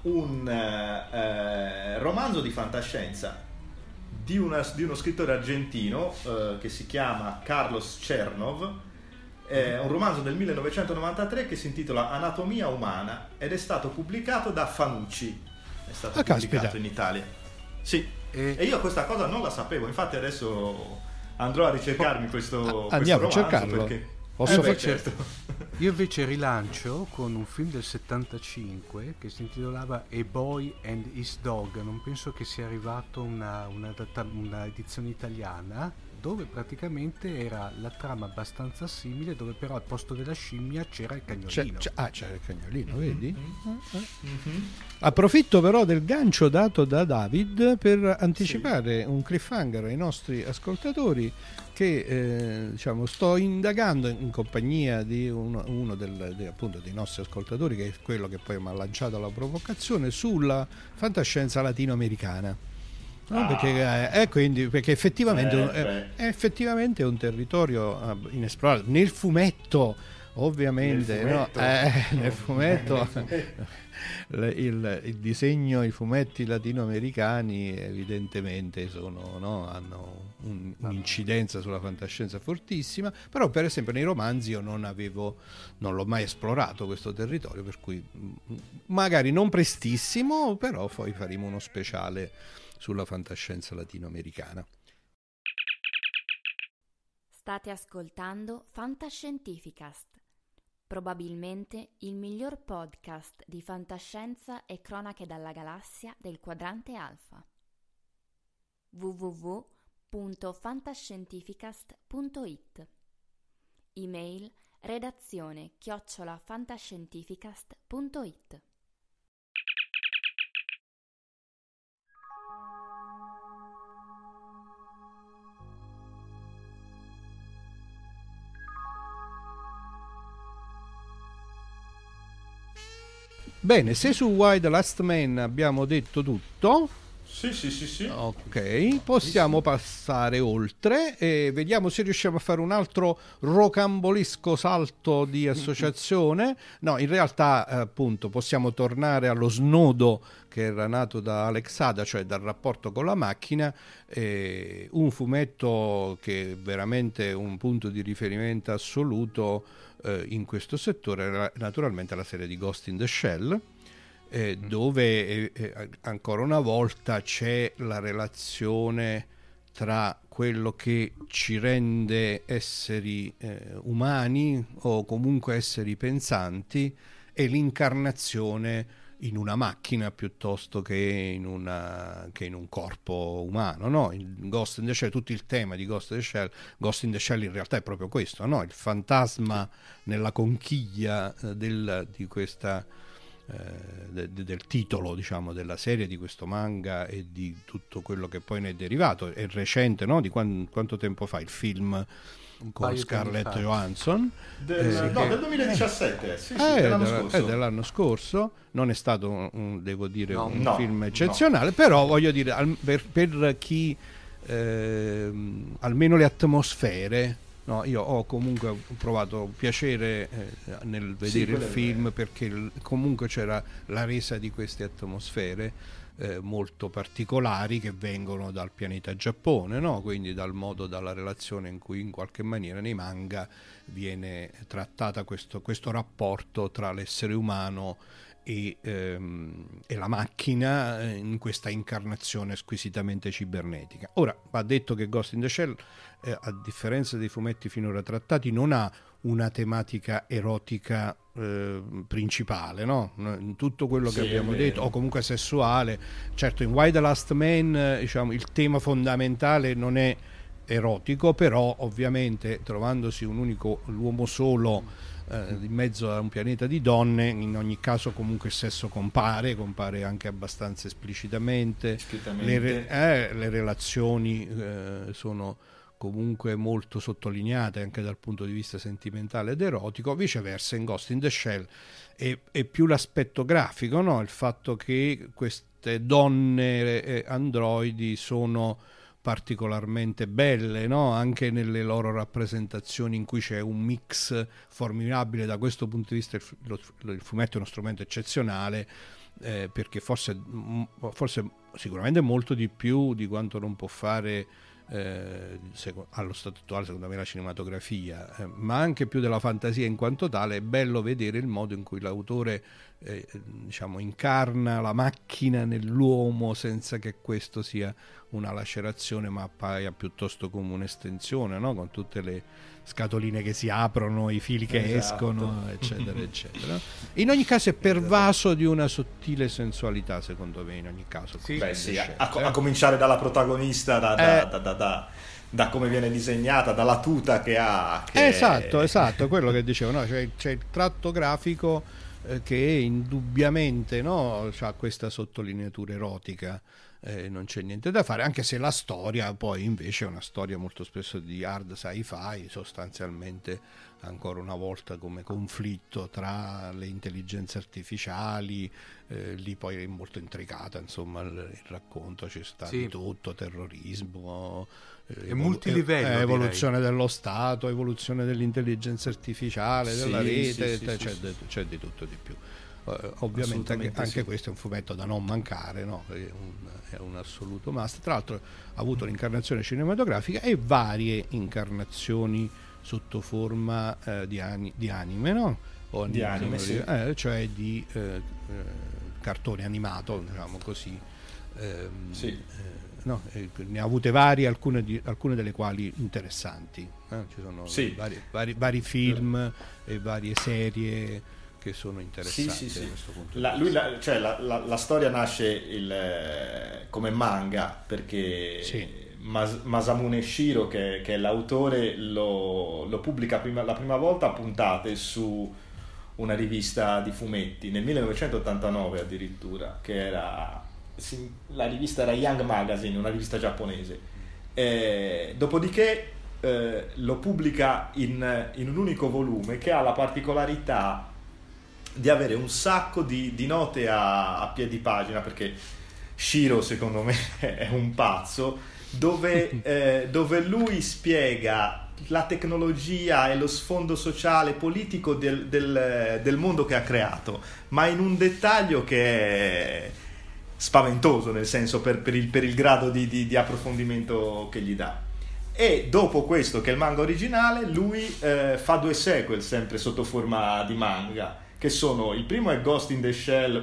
un romanzo di fantascienza di uno scrittore argentino che si chiama Carlos Chernov. È un romanzo del 1993 che si intitola Anatomia umana ed è stato pubblicato da Fanucci. È stato pubblicato in Italia. Sì. E io questa cosa non la sapevo, infatti adesso andrò a ricercarmi questo andiamo romanzo, a cercarlo. perché certo. Io invece rilancio con un film del 75 che si intitolava A Boy and His Dog. Non penso che sia arrivato una edizione italiana, dove praticamente era la trama abbastanza simile, dove però al posto della scimmia c'era il cagnolino. C'era il cagnolino, vedi? Approfitto però del gancio dato da David per anticipare un cliffhanger ai nostri ascoltatori che sto indagando in compagnia di uno appunto dei nostri ascoltatori, che è quello che poi mi ha lanciato la provocazione, sulla fantascienza latinoamericana. No, perché effettivamente è un territorio inesplorato. Nel fumetto Ovviamente, nel fumetto il disegno, i fumetti latinoamericani evidentemente hanno un'incidenza sulla fantascienza fortissima, però per esempio nei romanzi io non l'ho mai esplorato questo territorio, per cui magari non prestissimo, però poi faremo uno speciale sulla fantascienza latinoamericana. State ascoltando Fantascientificast, probabilmente il miglior podcast di fantascienza e cronache dalla galassia del quadrante alfa. www.fantascientificast.it. Email redazione@fantascientificast.it. Bene, se su Why the Last Man abbiamo detto tutto, sì. Ok, possiamo passare oltre e vediamo se riusciamo a fare un altro rocambolesco salto di associazione. No, in realtà appunto possiamo tornare allo snodo che era nato da Alex Ada, cioè dal rapporto con la macchina, un fumetto che è veramente un punto di riferimento assoluto in questo settore, naturalmente la serie di Ghost in the Shell, dove ancora una volta c'è la relazione tra quello che ci rende esseri umani o comunque esseri pensanti e l'incarnazione in una macchina piuttosto che in un corpo umano, no? Il Ghost in the Shell, tutto il tema di Ghost in the Shell in realtà è proprio questo, no? Il fantasma nella conchiglia di questa del titolo, diciamo, della serie, di questo manga e di tutto quello che poi ne è derivato. È recente, no? Di quanto tempo fa il film con Scarlett Johansson? Del 2017, dell'anno scorso. Non è stato devo dire un film eccezionale, però voglio dire, per chi almeno le atmosfere, no, io ho comunque provato piacere nel vedere il film, perché comunque c'era la resa di queste atmosfere molto particolari che vengono dal pianeta Giappone, no? Quindi dalla relazione in cui in qualche maniera nei manga viene trattata questo rapporto tra l'essere umano e la macchina in questa incarnazione squisitamente cibernetica. Ora, va detto che Ghost in the Shell, a differenza dei fumetti finora trattati, non ha una tematica erotica principale, no? In tutto quello che abbiamo detto, o comunque sessuale. Certo, in Why the Last Man, diciamo, il tema fondamentale non è erotico, però ovviamente trovandosi l'uomo solo in mezzo a un pianeta di donne, in ogni caso comunque il sesso compare anche abbastanza esplicitamente. Le relazioni sono comunque molto sottolineate anche dal punto di vista sentimentale ed erotico. Viceversa, in Ghost in the Shell è più l'aspetto grafico, no? Il fatto che queste donne androidi sono particolarmente belle, no? Anche nelle loro rappresentazioni, in cui c'è un mix formidabile. Da questo punto di vista il fumetto è uno strumento eccezionale, perché forse sicuramente molto di più di quanto non può fare allo stato attuale, secondo me, la cinematografia, ma anche più della fantasia in quanto tale. È bello vedere il modo in cui l'autore diciamo incarna la macchina nell'uomo senza che questo sia una lacerazione, ma appaia piuttosto come un'estensione, no? Con tutte le scatoline che si aprono, i fili che escono, eccetera eccetera. In ogni caso è pervaso di una sottile sensualità, secondo me, in ogni caso. A cominciare dalla protagonista, da come viene disegnata, dalla tuta che ha, esatto, quello che dicevo, no? C'è il tratto grafico che indubbiamente, no, ha questa sottolineatura erotica, non c'è niente da fare, anche se la storia poi invece è una storia molto spesso di hard sci-fi, sostanzialmente ancora una volta come conflitto tra le intelligenze artificiali, lì poi è molto intricata, insomma, il racconto, ci sta di tutto, terrorismo, è multilivello, evoluzione dello Stato, evoluzione dell'intelligenza artificiale, della rete, c'è di tutto di più. Ovviamente anche questo è un fumetto da non mancare, no? È un assoluto must. Tra l'altro ha avuto l'incarnazione cinematografica e varie incarnazioni sotto forma di anime, no? O di anime, sì. Cioè di cartone animato, diciamo così. No, ne ha avute varie, alcune delle quali interessanti. Ci sono vari film e varie serie che sono interessanti da questo punto di vista. La storia nasce come manga perché Masamune Shirow, che è l'autore, lo pubblica la prima volta a puntate su una rivista di fumetti nel 1989 addirittura, che era la rivista era Young Magazine, una rivista giapponese. Dopodiché lo pubblica in un unico volume che ha la particolarità di avere un sacco di note a piedi pagina, perché Shirow secondo me è un pazzo, dove lui spiega la tecnologia e lo sfondo sociale politico del mondo che ha creato, ma in un dettaglio che è spaventoso, nel senso per il grado di approfondimento che gli dà. E dopo questo, che è il manga originale, lui fa 2 sequel sempre sotto forma di manga, che sono: il primo è Ghost in the Shell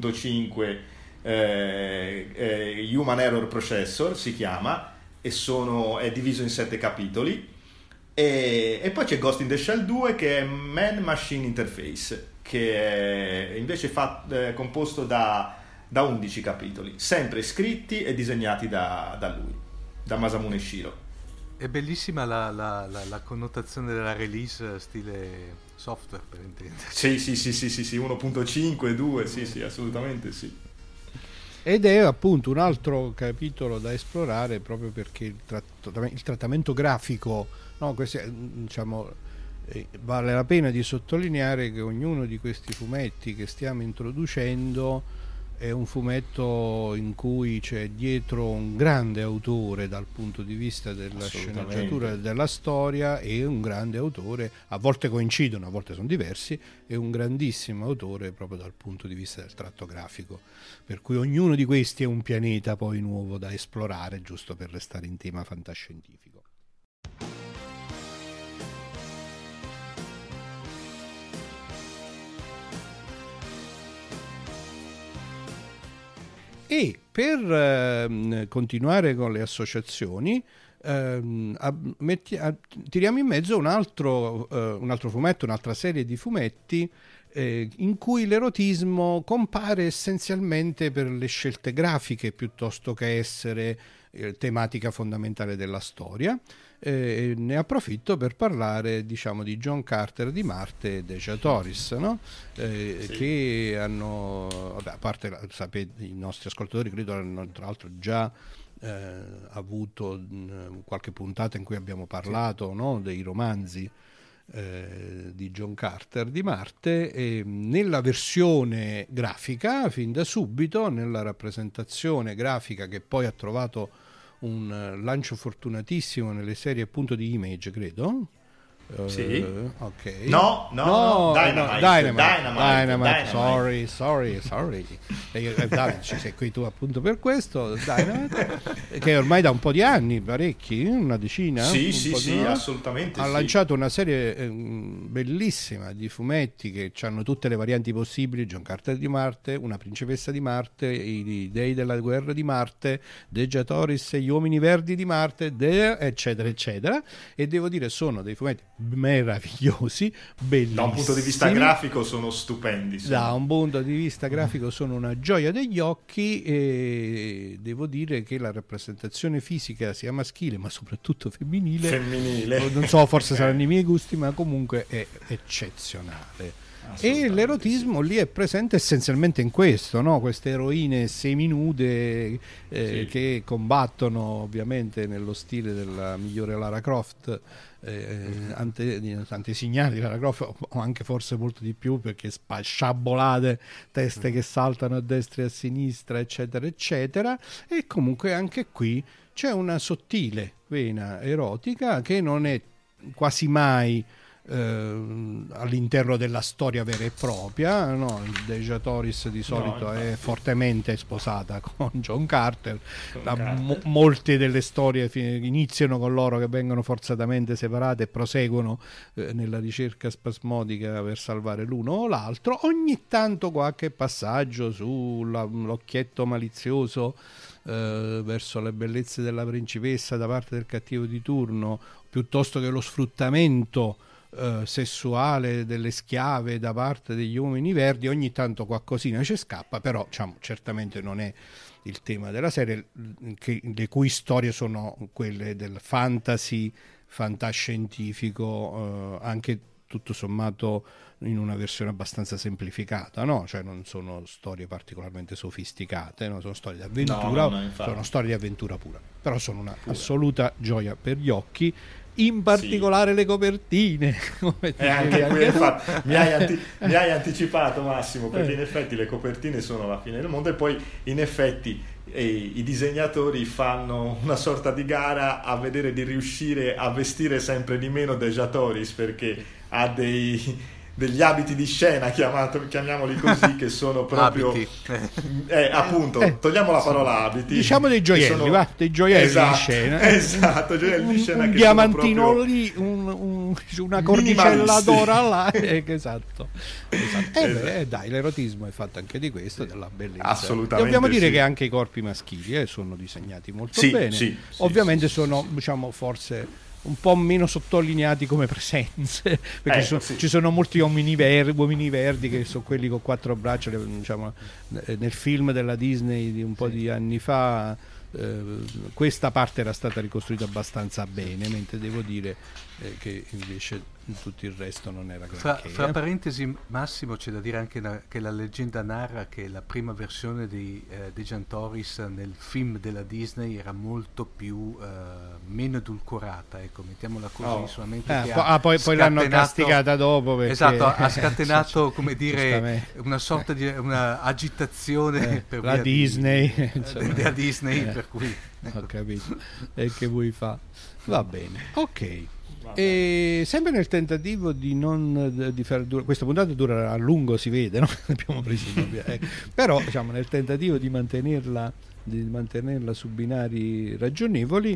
1.5 Human Error Processor si chiama, e è diviso in 7 capitoli, e poi c'è Ghost in the Shell 2 che è Man Machine Interface, che è invece composto da 11 capitoli, sempre scritti e disegnati da lui, da Masamune Shirow. È bellissima la connotazione della release stile software, per intenderci. Sì, 1.5, 2, sì, assolutamente sì. Ed è appunto un altro capitolo da esplorare, proprio perché il trattamento grafico, no, diciamo, vale la pena di sottolineare che ognuno di questi fumetti che stiamo introducendo è un fumetto in cui c'è dietro un grande autore dal punto di vista della sceneggiatura e della storia, e un grande autore, a volte coincidono, a volte sono diversi, e un grandissimo autore proprio dal punto di vista del tratto grafico, per cui ognuno di questi è un pianeta poi nuovo da esplorare, giusto per restare in tema fantascientifico. E per continuare con le associazioni, tiriamo in mezzo un altro fumetto, un'altra serie di fumetti in cui l'erotismo compare essenzialmente per le scelte grafiche piuttosto che essere tematica fondamentale della storia. Ne approfitto per parlare, diciamo, di John Carter di Marte e Deja Torres, no? Che hanno, a parte, sapete, i nostri ascoltatori credo hanno tra l'altro già avuto qualche puntata in cui abbiamo parlato, no, dei romanzi di John Carter di Marte, e nella versione grafica fin da subito, nella rappresentazione grafica che poi ha trovato un lancio fortunatissimo nelle serie appunto di Image, credo. Sì. Ok. No, Dynamite. Sorry. Davide, ci sei qui tu appunto per questo. Dynamite, che ormai da un po' di anni, parecchi, una decina. Sì, assolutamente. Ha lanciato una serie bellissima di fumetti che hanno tutte le varianti possibili: John Carter di Marte, una principessa di Marte, i dei della guerra di Marte, Deja Torres, gli uomini verdi di Marte, eccetera eccetera. E devo dire, sono dei fumetti meravigliosi, bellissimi. Da un punto di vista grafico sono stupendi. Da un punto di vista grafico sono una gioia degli occhi, e devo dire che la rappresentazione fisica, sia maschile ma soprattutto femminile, non so, forse saranno i miei gusti, ma comunque è eccezionale. E l'erotismo lì è presente essenzialmente in questo, no? Queste eroine seminude che combattono ovviamente nello stile della migliore Lara Croft, antesignani di Lara Croft, o anche forse molto di più, perché sciabolate, teste che saltano a destra e a sinistra, eccetera eccetera. E comunque anche qui c'è una sottile vena erotica che non è quasi mai all'interno della storia vera e propria, no? Deja Torres di solito è fortemente sposata con John Carter, molte delle storie iniziano con loro che vengono forzatamente separate e proseguono nella ricerca spasmodica per salvare l'uno o l'altro. Ogni tanto qualche passaggio sull'occhietto malizioso verso le bellezze della principessa da parte del cattivo di turno, piuttosto che lo sfruttamento sessuale delle schiave da parte degli uomini verdi. Ogni tanto qualcosina ci scappa, però diciamo, certamente non è il tema della serie, le cui storie sono quelle del fantascientifico, anche tutto sommato in una versione abbastanza semplificata, no? Cioè non sono storie particolarmente sofisticate, no? Sono storie di avventura, sono storie di avventura pura, però sono una assoluta gioia per gli occhi, in particolare le copertine. Anche infatti, mi hai anticipato, Massimo, perché in effetti le copertine sono la fine del mondo, e poi in effetti i disegnatori fanno una sorta di gara a vedere di riuscire a vestire sempre di meno Deja Torres, perché ha degli abiti di scena, chiamiamoli così, che sono proprio appunto, togliamo la parola abiti, diciamo dei gioielli, dei gioielli di scena, esatto, gioielli di scena, un che diamantino sono lì, una cordicella d'oro là, esatto. Dai, l'erotismo è fatto anche di questo, della bellezza. Assolutamente. Dobbiamo dire che anche i corpi maschili sono disegnati molto bene, ovviamente sono, diciamo, forse un po' meno sottolineati come presenze, perché ci sono molti uomini verdi che sono quelli con 4 braccia, diciamo, nel film della Disney di un po' di anni fa questa parte era stata ricostruita abbastanza bene, mentre devo dire che invece tutto il resto non era granché. Fra parentesi, Massimo, c'è da dire anche che la leggenda narra che la prima versione di Deja Torres nel film della Disney era molto più meno edulcorata, ecco, mettiamola così, solamente che poi l'hanno castigata dopo perché, esatto, ha scatenato come dire una sorta di una agitazione per la Disney, della Disney, per cui ho capito. E che vuoi fa? Va bene, ok. E sempre nel tentativo di far questa puntata dura a lungo, si vede, no? Abbiamo preso però diciamo nel tentativo di mantenerla su binari ragionevoli,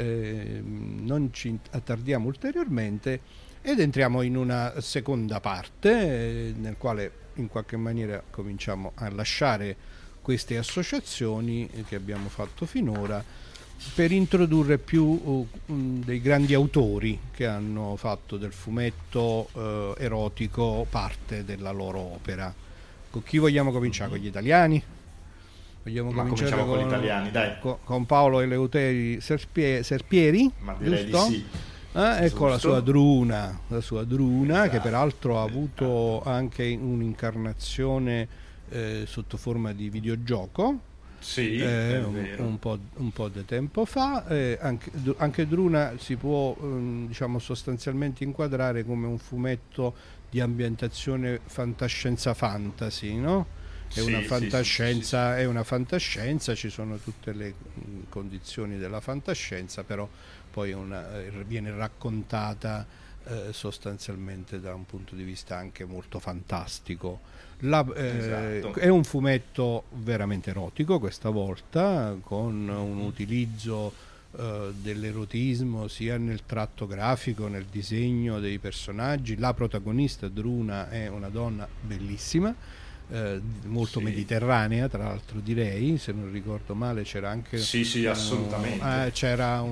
non ci attardiamo ulteriormente ed entriamo in una seconda parte nel quale in qualche maniera cominciamo a lasciare queste associazioni che abbiamo fatto finora, per introdurre più dei grandi autori che hanno fatto del fumetto erotico parte della loro opera. Con chi vogliamo cominciare? Con gli italiani? Cominciamo con gli italiani, dai. Con Paolo Eleuteri Serpieri? Ma direi giusto? di sì. Ecco la sua Druna, esatto, che peraltro ha avuto anche un'incarnazione sotto forma di videogioco. Sì, un po' di tempo fa. Anche Druna si può diciamo sostanzialmente inquadrare come un fumetto di ambientazione fantascienza fantasy, no? È una fantascienza, ci sono tutte le condizioni della fantascienza, però poi viene raccontata sostanzialmente da un punto di vista anche molto fantastico. Esatto. È un fumetto veramente erotico questa volta, con un utilizzo dell'erotismo sia nel tratto grafico, nel disegno dei personaggi. La protagonista Druna è una donna bellissima, molto mediterranea, tra l'altro, direi, se non ricordo male c'era anche assolutamente si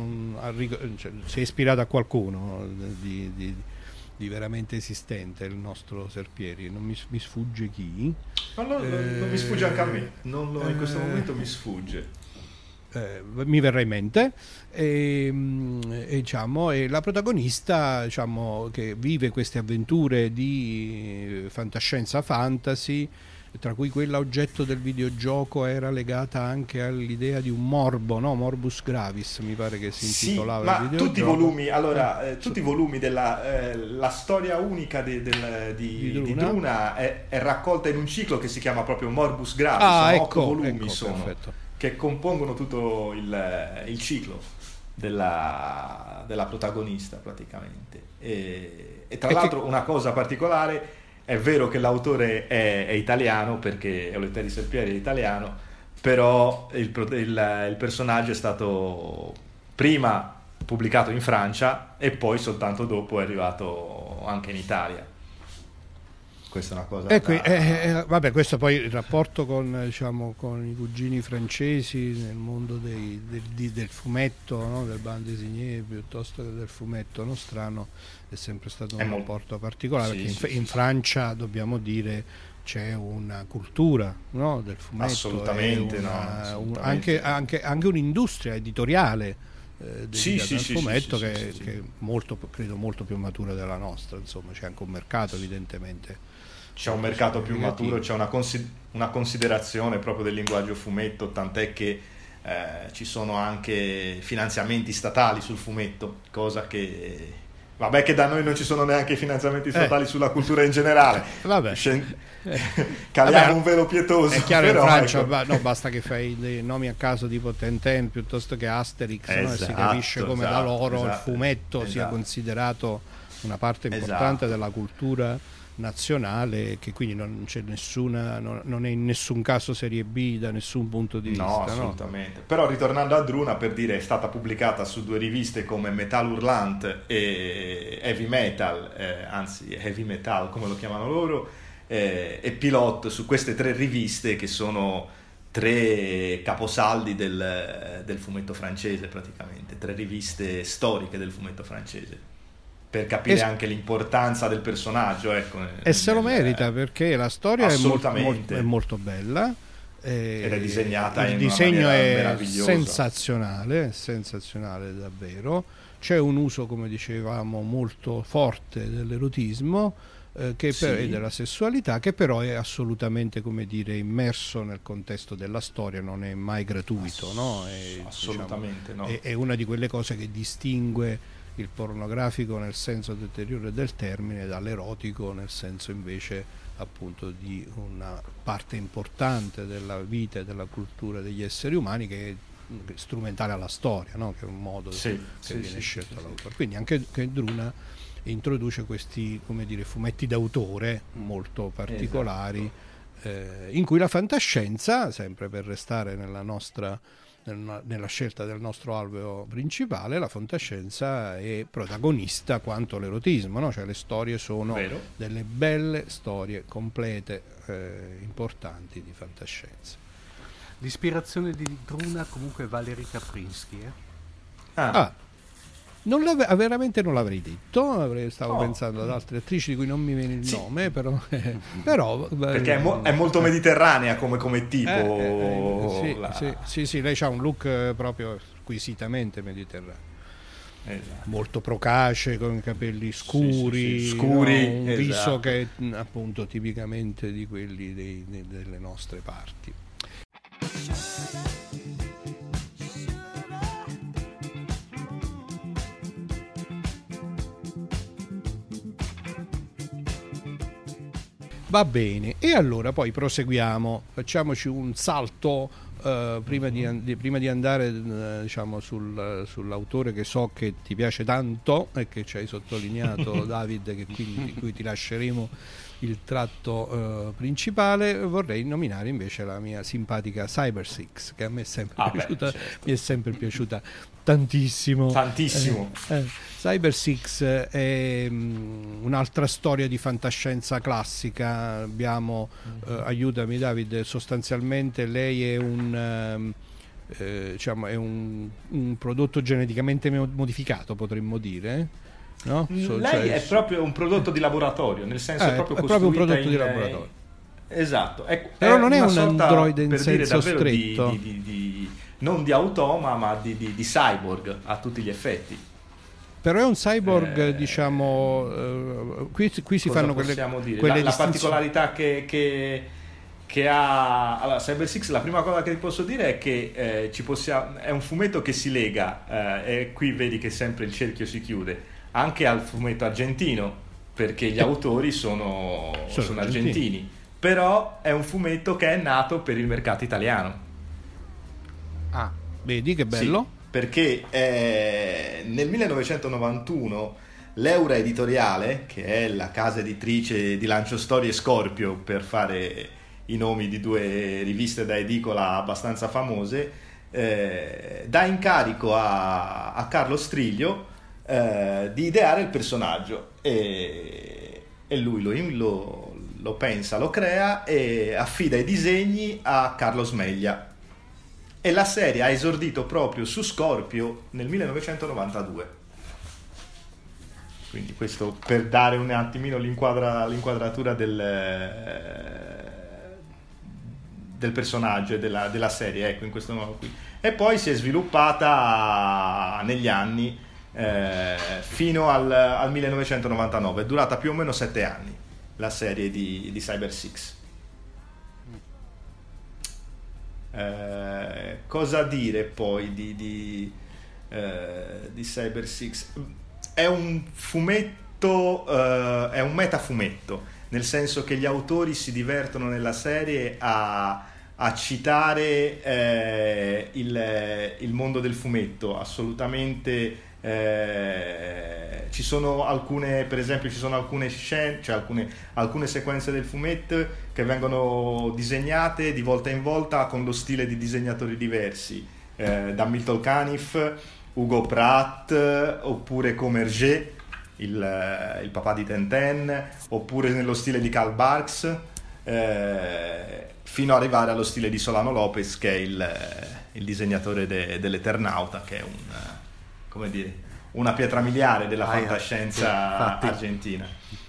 è ispirato a qualcuno di veramente esistente, il nostro Serpieri, non mi sfugge chi. Non mi sfugge anche a me, in questo momento mi sfugge. mi verrà in mente, e la protagonista, che vive queste avventure di fantascienza fantasy, tra cui quella oggetto del videogioco era legata anche all'idea di un morbo, no? Morbus Gravis, mi pare che si intitolava il videogioco. Tutti i volumi, tutti i volumi della la storia unica di Druna è raccolta in un ciclo che si chiama proprio Morbus Gravis. 8 volumi perfetto, che compongono tutto il ciclo della protagonista praticamente. E tra l'altro una cosa particolare: è vero che l'autore è italiano, perché Eleuterio Serpieri è italiano, però il personaggio è stato prima pubblicato in Francia e poi soltanto dopo è arrivato anche in Italia. Questa è una cosa vabbè, questo poi il rapporto con i cugini francesi nel mondo del fumetto, no? Del bande dessinée piuttosto che del fumetto nostrano è sempre stato un rapporto particolare, perché in Francia, dobbiamo dire, c'è una cultura, no? Del fumetto, assolutamente, assolutamente. Anche un'industria editoriale dedicata al fumetto che è molto, credo, molto più matura della nostra. Insomma, c'è anche un mercato, evidentemente. C'è un mercato più maturo, c'è una considerazione proprio del linguaggio fumetto, tant'è che ci sono anche finanziamenti statali sul fumetto, cosa che da noi non ci sono neanche finanziamenti statali sulla cultura in generale. Caliamo un velo pietoso. È chiaro, però, in Francia basta che fai dei nomi a caso tipo Tintin piuttosto che Asterix, no? E si capisce come da loro il fumetto sia considerato una parte importante della cultura nazionale, che quindi non c'è non è in nessun caso serie B da nessun punto di vista. No, assolutamente. Però ritornando a Druna, per dire, è stata pubblicata su 2 riviste come Metal Hurlant e Heavy Metal, anzi Heavy Metal come lo chiamano loro, e Pilot, su queste 3 riviste che sono 3 caposaldi del fumetto francese, praticamente 3 riviste storiche del fumetto francese, per capire anche l'importanza del personaggio, e se lo merita, perché la storia è molto bella, ed è disegnata il disegno è sensazionale davvero. C'è un uso, come dicevamo, molto forte dell'erotismo e della sessualità, che però è assolutamente, come dire, immerso nel contesto della storia, non è mai gratuito, no? Assolutamente no. È una di quelle cose che distingue il pornografico nel senso deteriore del termine dall'erotico nel senso invece appunto di una parte importante della vita e della cultura degli esseri umani, che è strumentale alla storia, no? Che è un modo che viene scelto dall'autore. Quindi anche Druna introduce questi, come dire, fumetti d'autore molto particolari, in cui la fantascienza, sempre per restare nella scelta del nostro alveo principale, la fantascienza è protagonista quanto l'erotismo, no? Cioè le storie sono delle belle storie complete, importanti di fantascienza. L'ispirazione di Druna comunque è Valery Kaprinsky, veramente non l'avrei detto, stavo pensando ad altre attrici di cui non mi viene il nome, però perché è molto mediterranea come tipo. Sì, lei ha un look proprio squisitamente mediterraneo. Molto procace, con i capelli scuri, un viso che è appunto tipicamente di quelli delle nostre parti. Va bene, e allora poi proseguiamo, facciamoci un salto prima di andare diciamo sull'autore che so che ti piace tanto e che ci hai sottolineato David, di cui ti lasceremo il tratto principale. Vorrei nominare invece la mia simpatica Cyber Six, che a me è sempre piaciuta, mi è sempre piaciuta tantissimo. Cyber Six è un'altra storia di fantascienza classica. Abbiamo aiutami David, sostanzialmente lei è un prodotto geneticamente modificato, potremmo dire, no? Lei è proprio un prodotto di laboratorio, nel senso è proprio un prodotto di laboratorio. Esatto, però non è un androide in senso stretto. non di automa ma di cyborg a tutti gli effetti. Però è un cyborg, diciamo, qui si fanno quelle la particolarità che ha. Allora, Cyber Six, la prima cosa che ti posso dire è che è un fumetto che si lega, e qui vedi che sempre il cerchio si chiude, anche al fumetto argentino, perché gli autori sono argentini, però è un fumetto che è nato per il mercato italiano. Ah, vedi che bello? Sì, perché nel 1991 l'Eura Editoriale, che è la casa editrice di Lancio Storie e Scorpio, per fare i nomi di due riviste da edicola abbastanza famose, dà incarico a Carlo Striglio di ideare il personaggio, e lui lo pensa, lo crea e affida i disegni a Carlo Smeglia, e la serie ha esordito proprio su Scorpio nel 1992. Quindi questo per dare un attimino l'inquadratura del personaggio e della serie, ecco, in questo modo qui. E poi si è sviluppata negli anni fino al 1999, è durata più o meno 7 anni la serie di Cyber Six. Cosa dire poi di Cyber Six? È un fumetto, è un metafumetto, nel senso che gli autori si divertono nella serie a citare il mondo del fumetto, assolutamente. Ci sono alcune, per esempio, alcune scene, cioè alcune sequenze del fumetto che vengono disegnate di volta in volta con lo stile di disegnatori diversi, da Milton Caniff, Hugo Pratt, oppure Commerget, il papà di Tintin, oppure nello stile di Karl Barks, fino ad arrivare allo stile di Solano Lopez, che è il disegnatore dell'Eternauta, che è una pietra miliare della fantascienza argentina.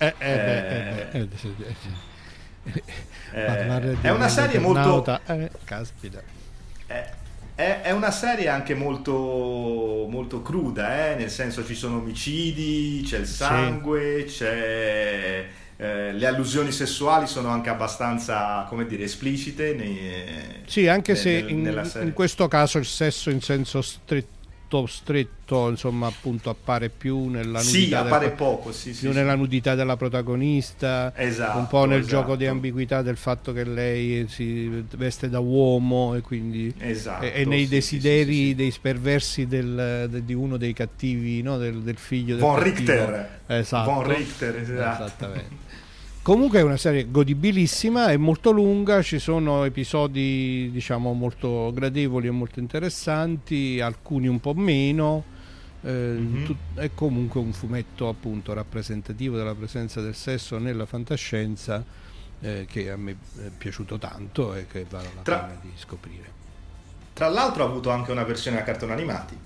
È una serie molto caspita. È una serie anche molto, molto cruda, nel senso, ci sono omicidi, c'è il sangue, c'è le allusioni sessuali sono anche abbastanza, esplicite sì, anche se in questo caso il sesso in senso stretto, insomma, appunto, appare più nella nudità, nella nudità della protagonista, un po' nel gioco di ambiguità del fatto che lei si veste da uomo, e quindi nei desideri dei perversi di uno dei cattivi, no? del figlio del Von cattivo. Richter. Esatto. Von Richter, esattamente. Comunque è una serie godibilissima, è molto lunga, ci sono episodi, diciamo, molto gradevoli e molto interessanti, alcuni un po' meno, è comunque un fumetto, appunto, rappresentativo della presenza del sesso nella fantascienza, che a me è piaciuto tanto e che vale la pena di scoprire. Tra l'altro ha avuto anche una versione a cartoni animati,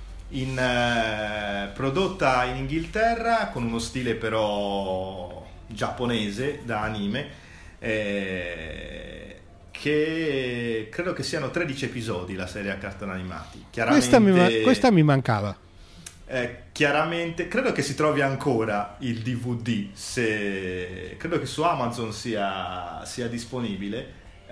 prodotta in Inghilterra con uno stile però giapponese da anime, che credo che siano 13 episodi la serie a cartoni animati. Questa mi mancava. Chiaramente credo che si trovi ancora il DVD, credo che su Amazon sia disponibile.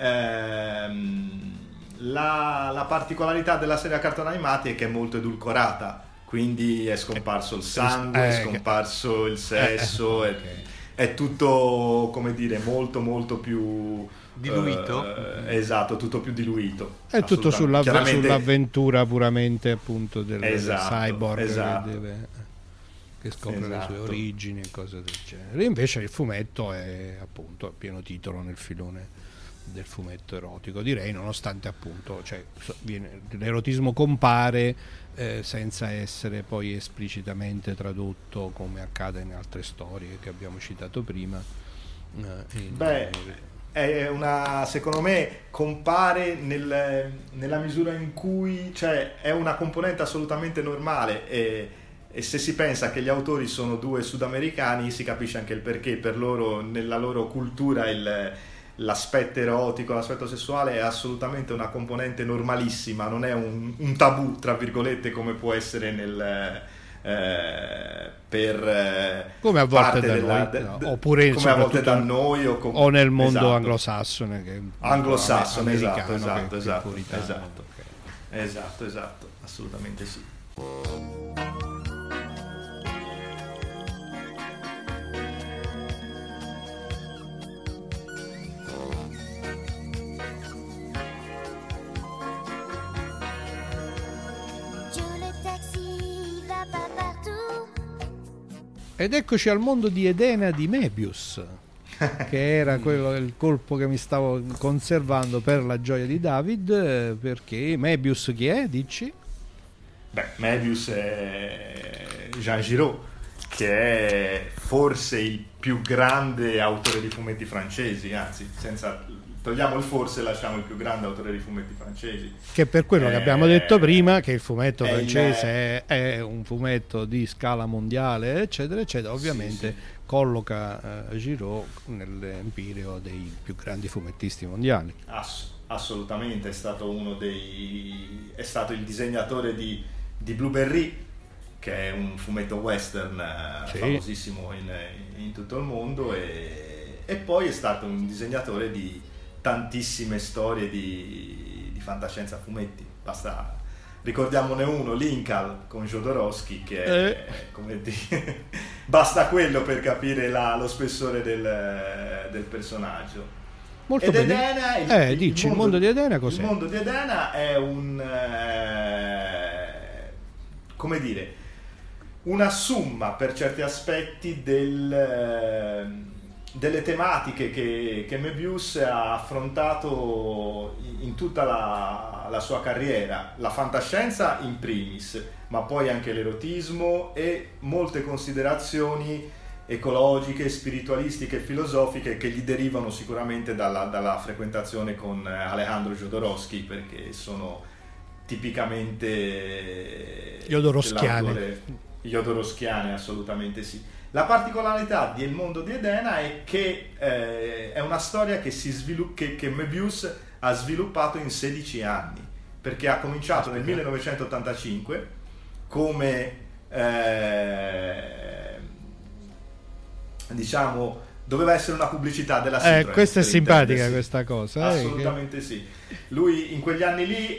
La particolarità della serie a cartoni animati è che è molto edulcorata, quindi è scomparso il sangue, è scomparso il sesso, è tutto, molto molto più diluito. Esatto, tutto più diluito. È tutto sull'avventura puramente, appunto, del cyborg che scopre le sue origini e cose del genere. Invece il fumetto è, appunto, a pieno titolo nel filone del fumetto erotico, direi, nonostante, appunto, l'erotismo compare senza essere poi esplicitamente tradotto, come accade in altre storie che abbiamo citato prima. È secondo me compare nella misura in cui, è una componente assolutamente normale, e se si pensa che gli autori sono due sudamericani si capisce anche il perché. Per loro, nella loro cultura, l'aspetto erotico, l'aspetto sessuale è assolutamente una componente normalissima, non è un tabù tra virgolette come può essere come a volte da noi, oppure come a volte da noi o nel mondo anglosassone, anglosassone, esatto, assolutamente sì. Ed eccoci al mondo di Edena di Möbius, che era quello, il colpo che mi stavo conservando per la gioia di David, perché Möbius chi è, dici? Beh, Möbius è Jean Giraud, che è forse il più grande autore di fumetti francesi, anzi, togliamo il forse, lasciamo il più grande autore di fumetti francesi. Che per quello che abbiamo detto prima, che il fumetto francese è un fumetto di scala mondiale, eccetera, eccetera, ovviamente colloca Giraud nell'empireo dei più grandi fumettisti mondiali. Assolutamente, è stato il disegnatore di Blueberry, che è un fumetto western famosissimo in tutto il mondo, e poi è stato un disegnatore di tantissime storie di fantascienza fumetti. Ricordiamone uno, Linkal con Jodorowsky, che è come dire, basta quello per capire lo spessore del personaggio. Molto bene. Edena, il mondo di Edena cos'è? Il mondo di Edena è come dire, una summa per certi aspetti delle tematiche che Möbius ha affrontato in tutta la sua carriera, la fantascienza in primis, ma poi anche l'erotismo e molte considerazioni ecologiche, spiritualistiche e filosofiche che gli derivano sicuramente dalla frequentazione con Alejandro Jodorowsky, perché sono tipicamente jodorowskiane, assolutamente sì. La particolarità del mondo di Edena è che è una storia che Möbius ha sviluppato in 16 anni, perché ha cominciato nel 1985 come doveva essere una pubblicità della Citroën. Questa è simpatica questa cosa. Assolutamente sì. Lui in quegli anni lì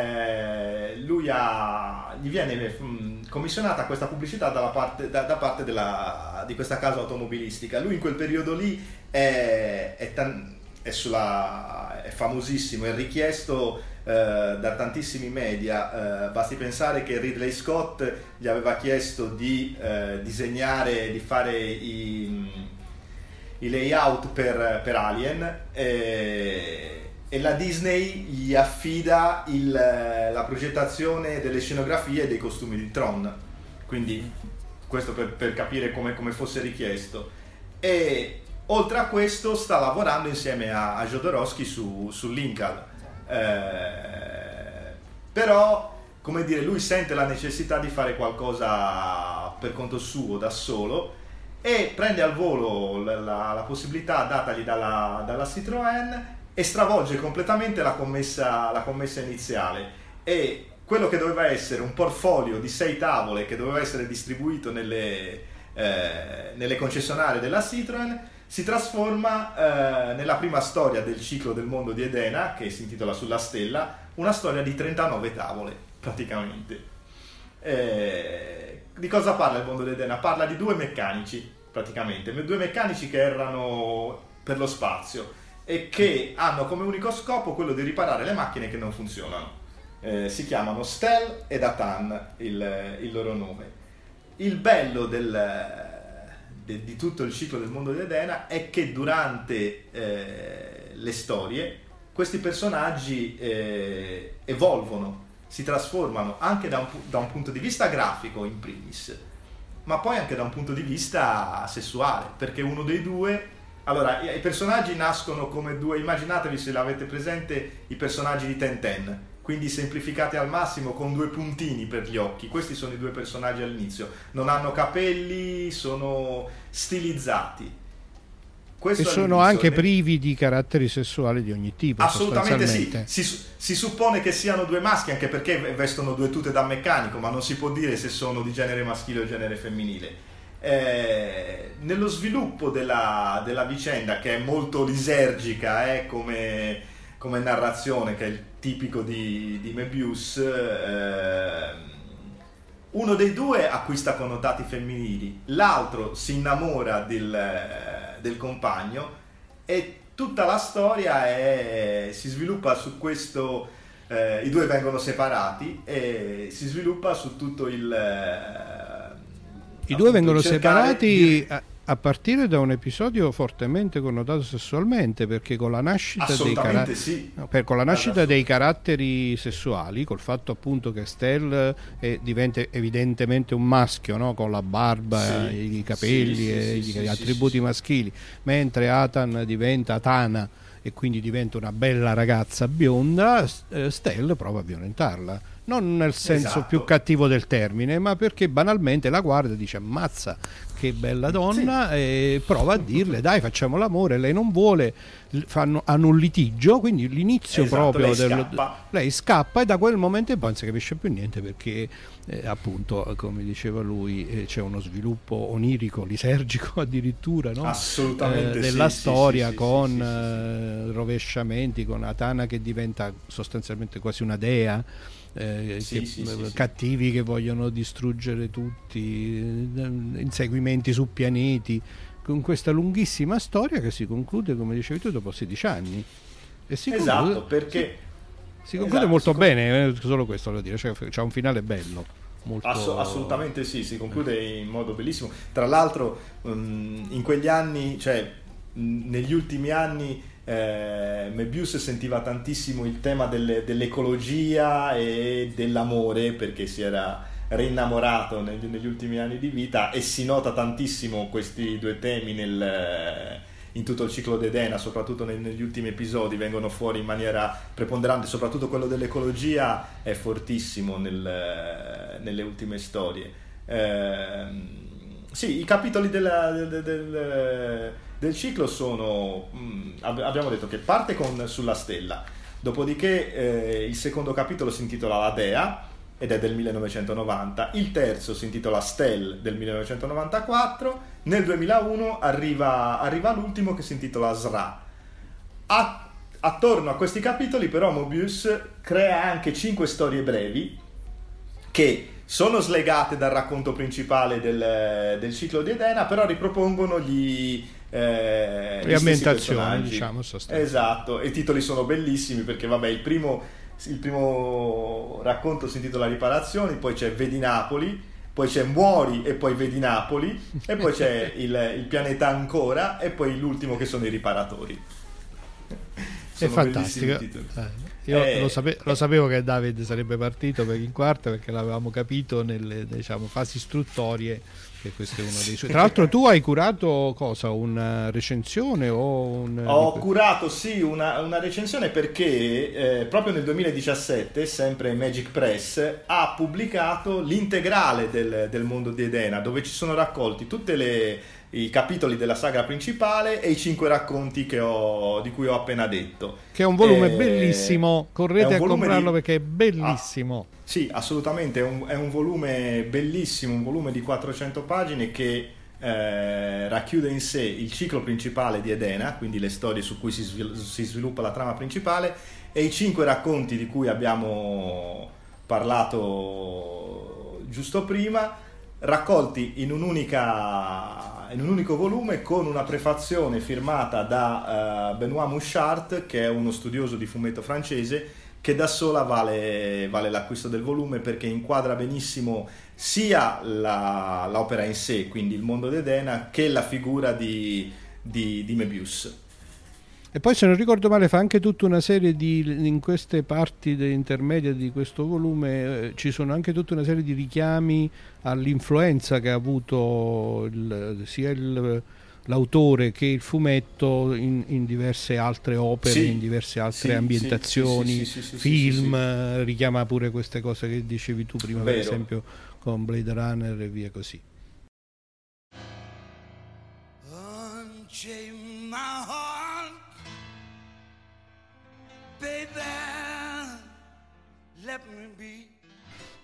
gli viene commissionata questa pubblicità da parte di questa casa automobilistica. Lui in quel periodo lì è famosissimo, è richiesto da tantissimi media. Basti pensare che Ridley Scott gli aveva chiesto di disegnare, di fare i layout per Alien, e la Disney gli affida la progettazione delle scenografie e dei costumi di Tron, quindi questo per capire come fosse richiesto. E oltre a questo sta lavorando insieme a Jodorowsky su Linkal, però come dire, lui sente la necessità di fare qualcosa per conto suo, da solo, e prende al volo la possibilità datagli dalla Citroën e stravolge completamente la commessa iniziale, e quello che doveva essere un portfolio di 6 tavole che doveva essere distribuito nelle concessionarie della Citroën si trasforma nella prima storia del ciclo del mondo di Edena, che si intitola Sulla Stella, una storia di 39 tavole praticamente. Di cosa parla il mondo di Edena? Parla di 2 meccanici praticamente, 2 meccanici che errano per lo spazio e che hanno come unico scopo quello di riparare le macchine che non funzionano. Si chiamano Stel e Datan, il loro nome. Il bello di tutto il ciclo del mondo di Edena è che durante le storie questi personaggi evolvono, si trasformano anche da un punto di vista grafico in primis, ma poi anche da un punto di vista sessuale, perché uno dei due... Allora, i personaggi nascono come 2, immaginatevi, se l'avete presente, i personaggi di Tintin, quindi semplificati al massimo, con 2 puntini per gli occhi. Questi sono i 2 personaggi all'inizio, non hanno capelli, sono stilizzati. questo e sono anche privi di caratteri sessuali di ogni tipo. Assolutamente sì. Si suppone che siano due maschi, anche perché vestono due tute da meccanico, ma non si può dire se sono di genere maschile o genere femminile. Nello sviluppo della vicenda, che è molto lisergica come narrazione, che è il tipico di Möbius, uno dei due acquista connotati femminili, l'altro si innamora del compagno, e tutta la storia si sviluppa su questo. I due vengono separati e si sviluppa su tutto i due vengono separati a partire da un episodio fortemente connotato sessualmente, perché con la nascita dei caratteri sessuali, col fatto appunto che Estelle diventa evidentemente un maschio, no? Con la barba, i capelli e gli attributi maschili, mentre Athan diventa Atana e quindi diventa una bella ragazza bionda, Stell prova a violentarla, non nel senso più cattivo del termine, ma perché banalmente la guarda e dice ammazza che bella donna, e prova a dirle dai facciamo l'amore, lei non vuole, hanno un litigio, quindi l'inizio proprio lei scappa, e da quel momento in poi non si capisce più niente, perché appunto come diceva lui c'è uno sviluppo onirico, lisergico addirittura, no? Assolutamente della storia, con rovesciamenti, con Atana che diventa sostanzialmente quasi una dea, cattivi che vogliono distruggere tutti, inseguimenti su pianeti, con questa lunghissima storia che si conclude, come dicevi tu, dopo 16 anni. E si conclude molto bene, solo questo voglio dire, cioè, c'è un finale bello. Assolutamente sì, si conclude in modo bellissimo. Tra l'altro in quegli anni, cioè negli ultimi anni, Möbius sentiva tantissimo il tema dell'ecologia e dell'amore, perché si era rinnamorato negli ultimi anni di vita, e si nota tantissimo questi due temi in tutto il ciclo di Edena, soprattutto negli ultimi episodi vengono fuori in maniera preponderante, soprattutto quello dell'ecologia è fortissimo nelle ultime storie. Sì, i capitoli del ciclo sono, abbiamo detto che parte sulla stella, dopodiché il secondo capitolo si intitola La Dea ed è del 1990, il terzo si intitola Stell del 1994, nel 2001 arriva l'ultimo che si intitola Sra. Attorno a questi capitoli però Möbius crea anche 5 storie brevi che sono slegate dal racconto principale del ciclo di Edena, però ripropongono gli ambientazioni, diciamo, esatto, e i titoli sono bellissimi perché vabbè, il primo racconto si intitola Riparazioni, poi c'è Vedi Napoli, poi c'è Muori e poi Vedi Napoli, e poi c'è il pianeta Ancora, e poi l'ultimo che sono i Riparatori. È fantastico. Io lo sapevo che David sarebbe partito in quarta, perché l'avevamo capito nelle, diciamo, fasi istruttorie che questo è uno dei suoi. Tra l'altro tu hai curato cosa? Una recensione o Ho curato una recensione, perché proprio nel 2017 sempre Magic Press ha pubblicato l'integrale del mondo di Edena, dove ci sono raccolti tutti i capitoli della saga principale e i 5 racconti di cui ho appena detto, che è un volume bellissimo, correte a comprarlo perché è bellissimo. Sì, assolutamente, è un volume bellissimo, un volume di 400 pagine che racchiude in sé il ciclo principale di Edena, quindi le storie su cui si sviluppa la trama principale, e i 5 racconti di cui abbiamo parlato giusto prima, raccolti in un unico volume, con una prefazione firmata da Benoît Mouchard, che è uno studioso di fumetto francese, che da sola vale l'acquisto del volume, perché inquadra benissimo sia l'opera in sé, quindi il mondo d'Edena, che la figura di Möbius. E poi, se non ricordo male, fa anche tutta una serie in queste parti intermedie di questo volume ci sono anche tutta una serie di richiami all'influenza che ha avuto sia l'autore che il fumetto in diverse altre opere, in diverse altre ambientazioni, film. Richiama pure queste cose che dicevi tu prima, per esempio con Blade Runner e via così.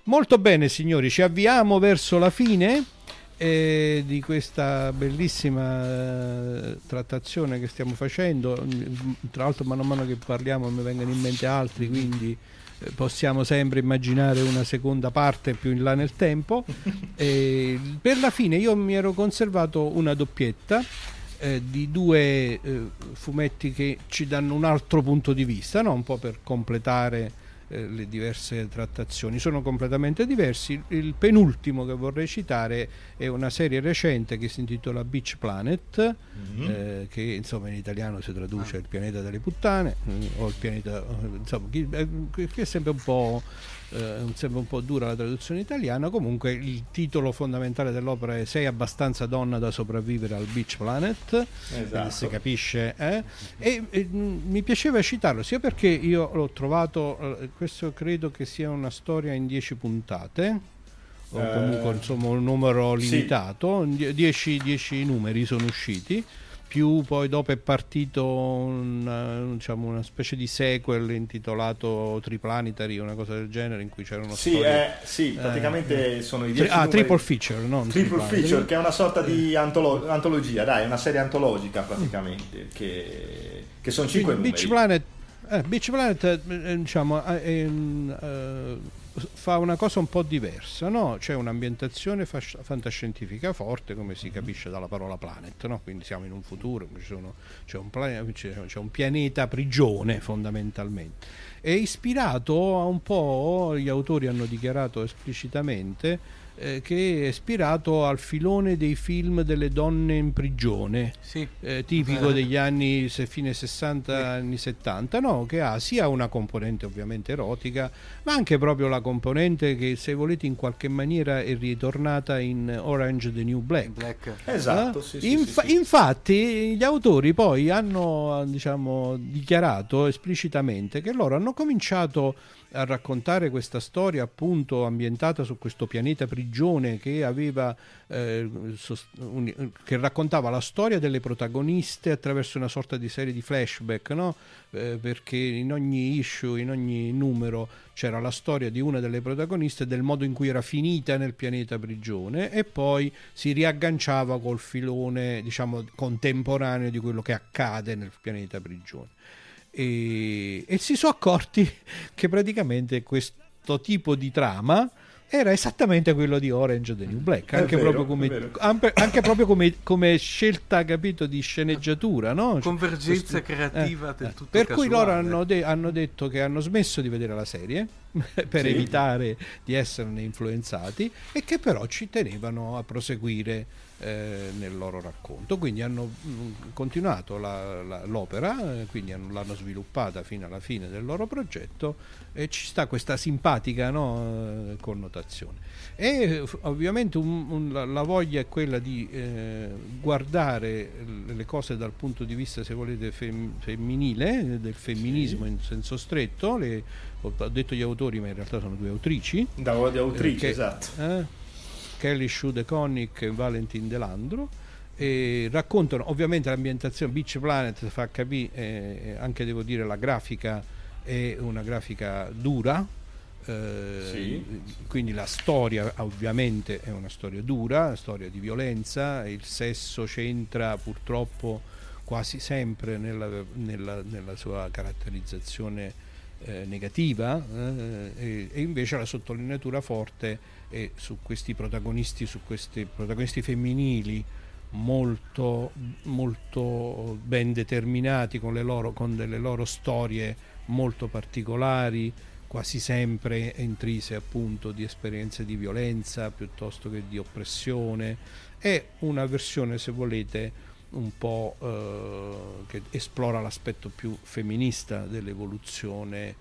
Molto bene signori, ci avviamo verso la fine di questa bellissima trattazione che stiamo facendo. Tra l'altro mano a mano che parliamo mi vengono in mente altri, quindi possiamo sempre immaginare una seconda parte più in là nel tempo. Per la fine io mi ero conservato una doppietta di due fumetti che ci danno un altro punto di vista, no? Un po' per completare le diverse trattazioni. Sono completamente diversi. Il penultimo che vorrei citare è una serie recente che si intitola Beach Planet, che insomma in italiano si traduce il pianeta delle puttane, o il pianeta, insomma, che è sempre un po' dura la traduzione italiana. Comunque il titolo fondamentale dell'opera è Sei abbastanza donna da sopravvivere al Beach Planet, esatto. Si capisce, e mi piaceva citarlo sia perché io l'ho trovato, questo credo che sia una storia in 10 puntate o comunque insomma un numero limitato, 10 numeri sono usciti, più poi dopo è partito una specie di sequel intitolato Triplanetary, una cosa del genere, in cui c'erano storie. Praticamente sono i 10 numeri. Triple feature, non Triple feature, che è una sorta di antologia, dai, una serie antologica praticamente, che sono 5 numeri. Beach Planet fa una cosa un po' diversa, no? C'è un'ambientazione fantascientifica forte, come si capisce dalla parola planet, no? Quindi siamo in un futuro, c'è un pianeta prigione fondamentalmente. È ispirato a un po', gli autori hanno dichiarato esplicitamente che è ispirato al filone dei film delle donne in prigione, tipico degli anni fine 60 anni 70, no? Che ha sia una componente ovviamente erotica, ma anche proprio la componente che, se volete, in qualche maniera è ritornata in Orange the New Black. Esatto, infatti gli autori poi hanno dichiarato esplicitamente che loro hanno cominciato a raccontare questa storia appunto ambientata su questo pianeta prigione che aveva che raccontava la storia delle protagoniste attraverso una sorta di serie di flashback, no? Perché in ogni issue, in ogni numero c'era la storia di una delle protagoniste, del modo in cui era finita nel pianeta prigione, e poi si riagganciava col filone, diciamo, contemporaneo di quello che accade nel pianeta prigione. E si sono accorti che praticamente questo tipo di trama era esattamente quello di Orange the New Black, anche proprio come scelta, capito, di sceneggiatura, no? Convergenza creativa del tutto per casuale. cui loro hanno detto che hanno smesso di vedere la serie per evitare di esserne influenzati, e che però ci tenevano a proseguire nel loro racconto, quindi hanno continuato l'opera, quindi l'hanno sviluppata fino alla fine del loro progetto, e ci sta questa simpatica, no, connotazione. E ovviamente la voglia è quella di guardare le cose dal punto di vista, se volete, femminile, del femminismo in senso stretto. Ho detto gli autori, ma in realtà sono due autrici. Esatto. Kelly Sue DeConnick e Valentin Delandro, e raccontano ovviamente l'ambientazione. Beach Planet fa capire, anche devo dire, la grafica è una grafica dura, quindi la storia ovviamente è una storia dura, una storia di violenza. Il sesso c'entra purtroppo quasi sempre nella sua caratterizzazione negativa, e invece la sottolineatura forte è su questi protagonisti femminili molto molto ben determinati, con delle loro storie molto particolari, quasi sempre intrise appunto di esperienze di violenza piuttosto che di oppressione. È una versione, se volete, un po' che esplora l'aspetto più femminista dell'evoluzione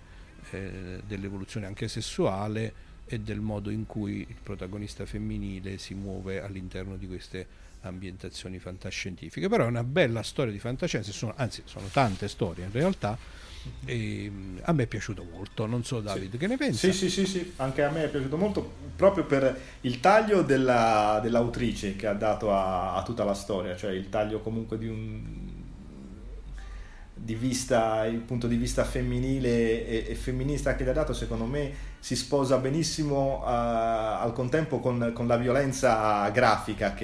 anche sessuale, e del modo in cui il protagonista femminile si muove all'interno di queste ambientazioni fantascientifiche. Però è una bella storia di fantascienza, sono tante storie in realtà, e a me è piaciuto molto. Non so, David, che ne pensi? Sì, anche a me è piaciuto molto, proprio per il taglio dell'autrice che ha dato a tutta la storia, cioè il taglio comunque il punto di vista femminile e femminista che gli ha dato, secondo me si sposa benissimo al contempo con la violenza grafica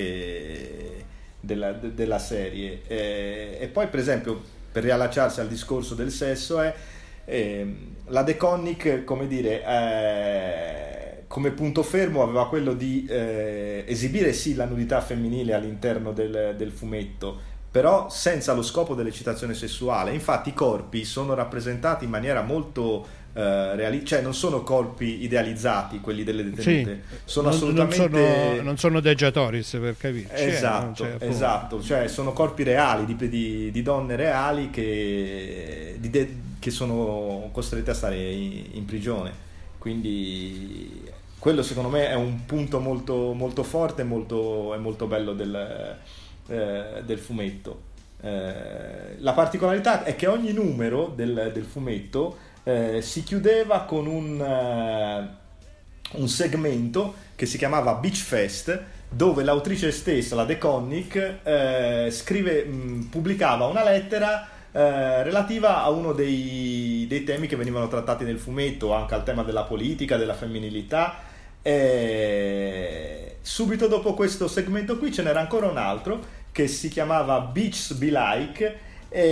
della serie. E poi, per esempio, per riallacciarsi al discorso del sesso, la Deconic, come dire, come punto fermo aveva quello di esibire sì la nudità femminile all'interno del fumetto, però senza lo scopo dell'eccitazione sessuale. Infatti i corpi sono rappresentati in maniera molto cioè non sono corpi idealizzati quelli delle detenute, sì, sono assolutamente non sono Degiatoris, per capirci. Esatto, cioè sono corpi reali di donne reali che sono costrette a stare in prigione. Quindi quello secondo me è un punto molto, molto forte e molto bello del fumetto. La particolarità è che ogni numero del fumetto si chiudeva con un segmento che si chiamava Beach Fest, dove l'autrice stessa, la Deconic, pubblicava una lettera relativa a uno dei temi che venivano trattati nel fumetto, anche al tema della politica, della femminilità. Subito dopo questo segmento qui ce n'era ancora un altro che si chiamava Beach's Be Like,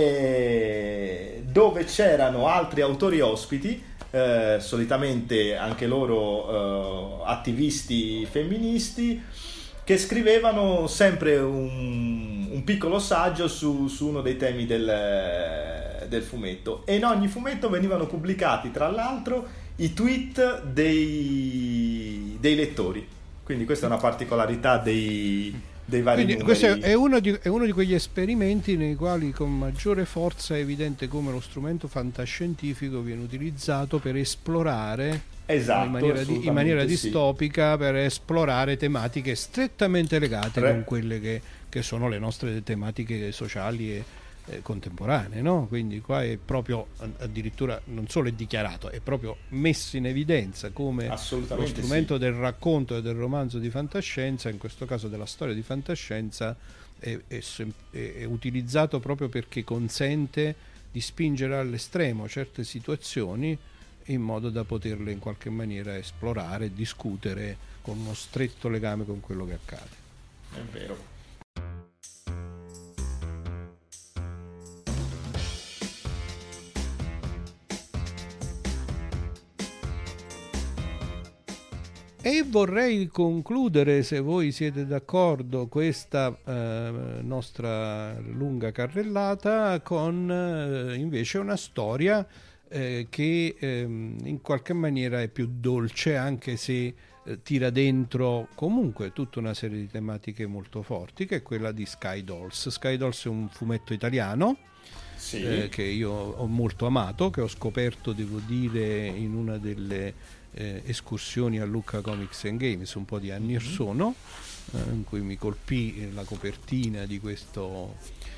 dove c'erano altri autori ospiti, solitamente anche loro attivisti femministi, che scrivevano sempre un piccolo saggio su uno dei temi del fumetto, e in ogni fumetto venivano pubblicati tra l'altro i tweet dei lettori. Quindi questa è una particolarità dei vari numeri. Questo è uno di quegli esperimenti nei quali con maggiore forza è evidente come lo strumento fantascientifico viene utilizzato per esplorare, in maniera distopica, per esplorare tematiche strettamente legate con quelle che sono le nostre tematiche sociali e contemporanee, no? Quindi qua è proprio, addirittura non solo è dichiarato, è proprio messo in evidenza come lo strumento del racconto e del romanzo di fantascienza, in questo caso della storia di fantascienza, è utilizzato proprio perché consente di spingere all'estremo certe situazioni in modo da poterle in qualche maniera esplorare e discutere con uno stretto legame con quello che accade. È vero. E vorrei concludere, se voi siete d'accordo, questa nostra lunga carrellata con invece una storia che in qualche maniera è più dolce, anche se tira dentro comunque tutta una serie di tematiche molto forti, che è quella di Sky Dolls. Sky Dolls è un fumetto italiano, sì, che io ho molto amato, che ho scoperto, devo dire, in una delle escursioni a Lucca Comics and Games un po' di anni or sono, in cui mi colpì la copertina di questo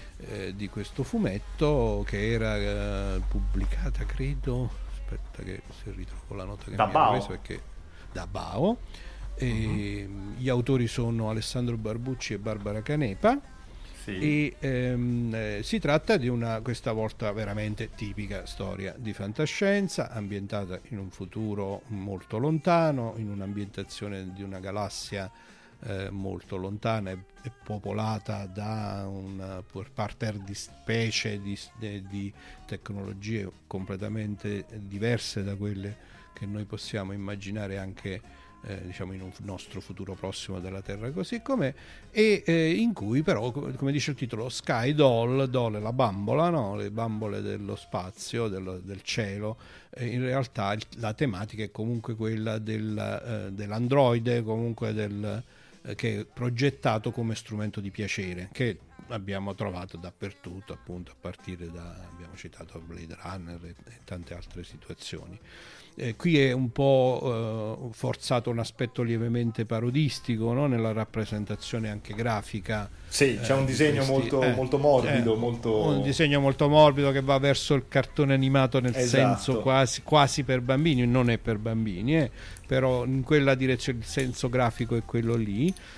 fumetto, che era pubblicata, credo, aspetta che se ritrovo la nota che mi ero preso, perché da Bao, gli autori sono Alessandro Barbucci e Barbara Canepa. Sì. E si tratta di una, questa volta veramente tipica storia di fantascienza, ambientata in un futuro molto lontano, in un'ambientazione di una galassia molto lontana e popolata da un parterre di specie di tecnologie completamente diverse da quelle che noi possiamo immaginare anche diciamo in un nostro futuro prossimo della Terra così com'è, e in cui però, come dice il titolo, Sky Doll è la bambola, no? Le bambole dello spazio, del cielo. In realtà la tematica è comunque quella dell'androide, comunque che è progettato come strumento di piacere, che abbiamo trovato dappertutto, appunto, a partire abbiamo citato Blade Runner e tante altre situazioni. Qui è un po' forzato un aspetto lievemente parodistico, no? Nella rappresentazione anche grafica. Sì, c'è un disegno molto morbido, un disegno molto morbido che va verso il cartone animato, nel senso quasi per bambini. Non è per bambini, però in quella direzione il senso grafico è quello lì.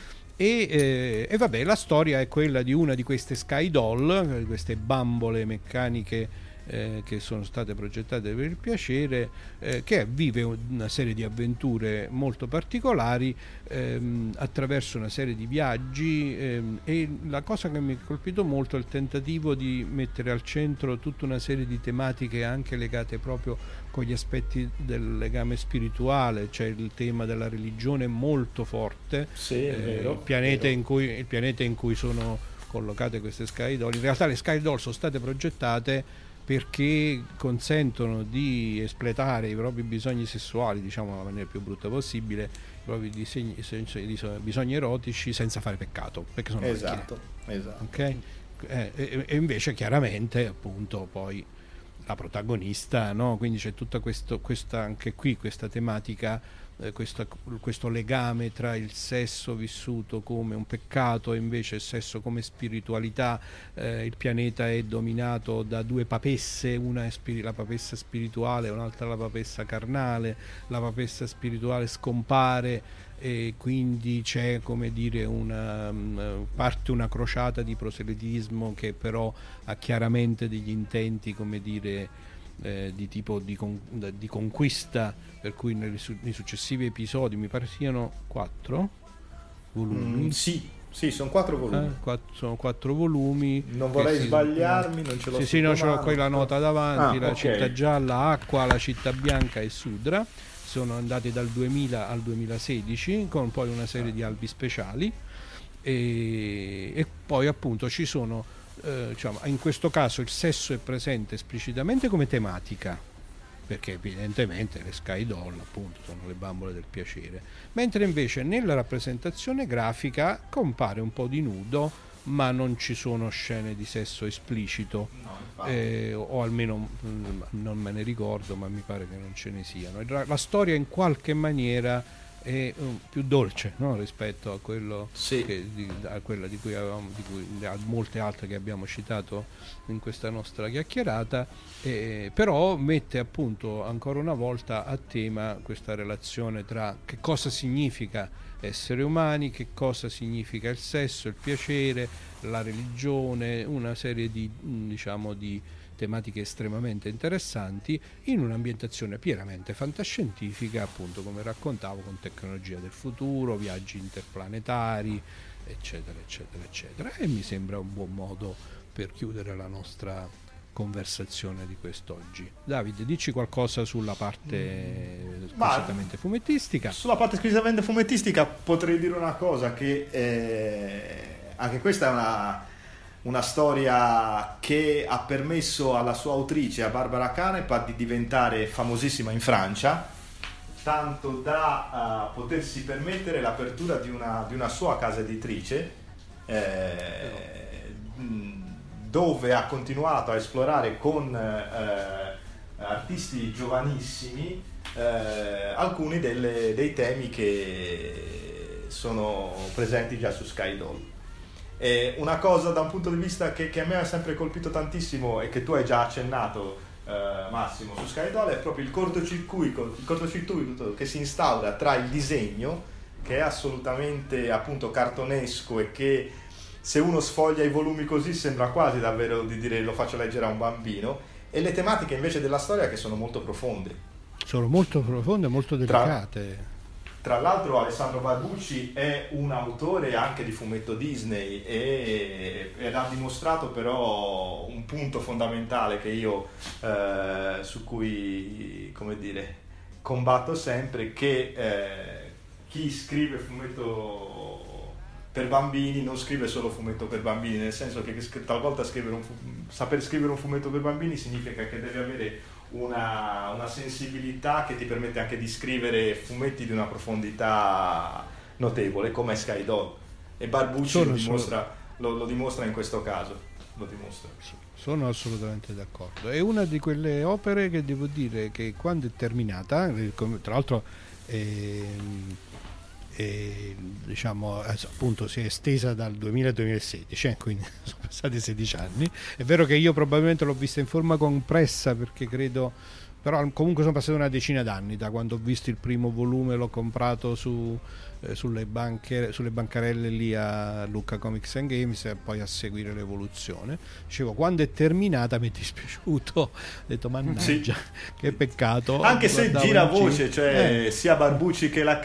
E vabbè, la storia è quella di una di queste Sky Doll, queste bambole meccaniche che sono state progettate per il piacere, che vive una serie di avventure molto particolari attraverso una serie di viaggi, e la cosa che mi ha colpito molto è il tentativo di mettere al centro tutta una serie di tematiche anche legate proprio con gli aspetti del legame spirituale. C'è il tema della religione molto forte, sì, è vero, il pianeta in cui sono collocate queste Sky Doll. In realtà le Sky Doll sono state progettate perché consentono di espletare i propri bisogni sessuali, diciamo nella maniera più brutta possibile, i propri bisogni erotici, senza fare peccato, perché sono esatto. Okay? E invece chiaramente appunto poi la protagonista, no? Quindi c'è tutta questa anche qui questa tematica, questo legame tra il sesso vissuto come un peccato e invece il sesso come spiritualità. Il pianeta è dominato da due papesse, una è la papessa spirituale, un'altra la papessa carnale. La papessa spirituale scompare e quindi c'è, come dire, parte una crociata di proselitismo che però ha chiaramente degli intenti, come dire, di tipo di conquista, per cui nei successivi episodi, mi pare siano 4 volumi. Sì, sono 4 volumi. Sono 4 volumi. Non vorrei sbagliarmi, non ce l'ho. Sì, no, ce l'ho qui la nota davanti. La okay. città gialla, Acqua, la città bianca e Sudra. Sono andati dal 2000 al 2016 con poi una serie di albi speciali, e poi appunto ci sono diciamo, in questo caso il sesso è presente esplicitamente come tematica, perché evidentemente le Sky Doll appunto sono le bambole del piacere, mentre invece nella rappresentazione grafica compare un po' di nudo, ma non ci sono scene di sesso esplicito, o almeno non me ne ricordo, ma mi pare che non ce ne siano. La storia in qualche maniera è più dolce, no? Rispetto a quello a quella di cui a molte altre che abbiamo citato in questa nostra chiacchierata, però mette appunto ancora una volta a tema questa relazione tra che cosa significa essere umani, che cosa significa il sesso, il piacere, la religione, una serie di diciamo di tematiche estremamente interessanti in un'ambientazione pienamente fantascientifica, appunto come raccontavo, con tecnologia del futuro, viaggi interplanetari, eccetera eccetera eccetera. E mi sembra un buon modo per chiudere la nostra conversazione di quest'oggi. Davide, dici qualcosa sulla parte squisitamente fumettistica. Sulla parte squisitamente fumettistica potrei dire una cosa, che anche questa è una storia che ha permesso alla sua autrice, a Barbara Canepa, di diventare famosissima in Francia, tanto da potersi permettere l'apertura di una sua casa editrice, dove ha continuato a esplorare con artisti giovanissimi alcuni dei temi che sono presenti già su Sky Doll. Una cosa da un punto di vista che a me ha sempre colpito tantissimo e che tu hai già accennato, Massimo, su Sky Doll, è proprio il cortocircuito che si instaura tra il disegno, che è assolutamente appunto cartonesco e che se uno sfoglia i volumi così sembra quasi davvero di dire lo faccio leggere a un bambino, e le tematiche invece della storia che sono molto profonde. Sono molto profonde e molto delicate. Tra l'altro Alessandro Barbucci è un autore anche di fumetto Disney ed ha dimostrato però un punto fondamentale che io su cui, come dire, combatto sempre, che chi scrive fumetto per bambini non scrive solo fumetto per bambini, nel senso che talvolta saper scrivere un fumetto per bambini significa che deve avere una sensibilità che ti permette anche di scrivere fumetti di una profondità notevole, come Sky Doll, e Barbucci lo dimostra in questo caso, lo dimostra. Sono assolutamente d'accordo. È una di quelle opere che devo dire che quando è terminata, tra l'altro diciamo appunto si è estesa dal 2000 al 2016, quindi sono passati 16 anni. È vero che io probabilmente l'ho vista in forma compressa, perché credo però comunque sono passati una decina d'anni da quando ho visto il primo volume, l'ho comprato sulle bancarelle lì a Lucca Comics and Games, e poi a seguire l'evoluzione. Dicevo, quando è terminata mi è dispiaciuto, ho detto mannaggia, che peccato. Anche se gira voce, cioè sia Barbucci che la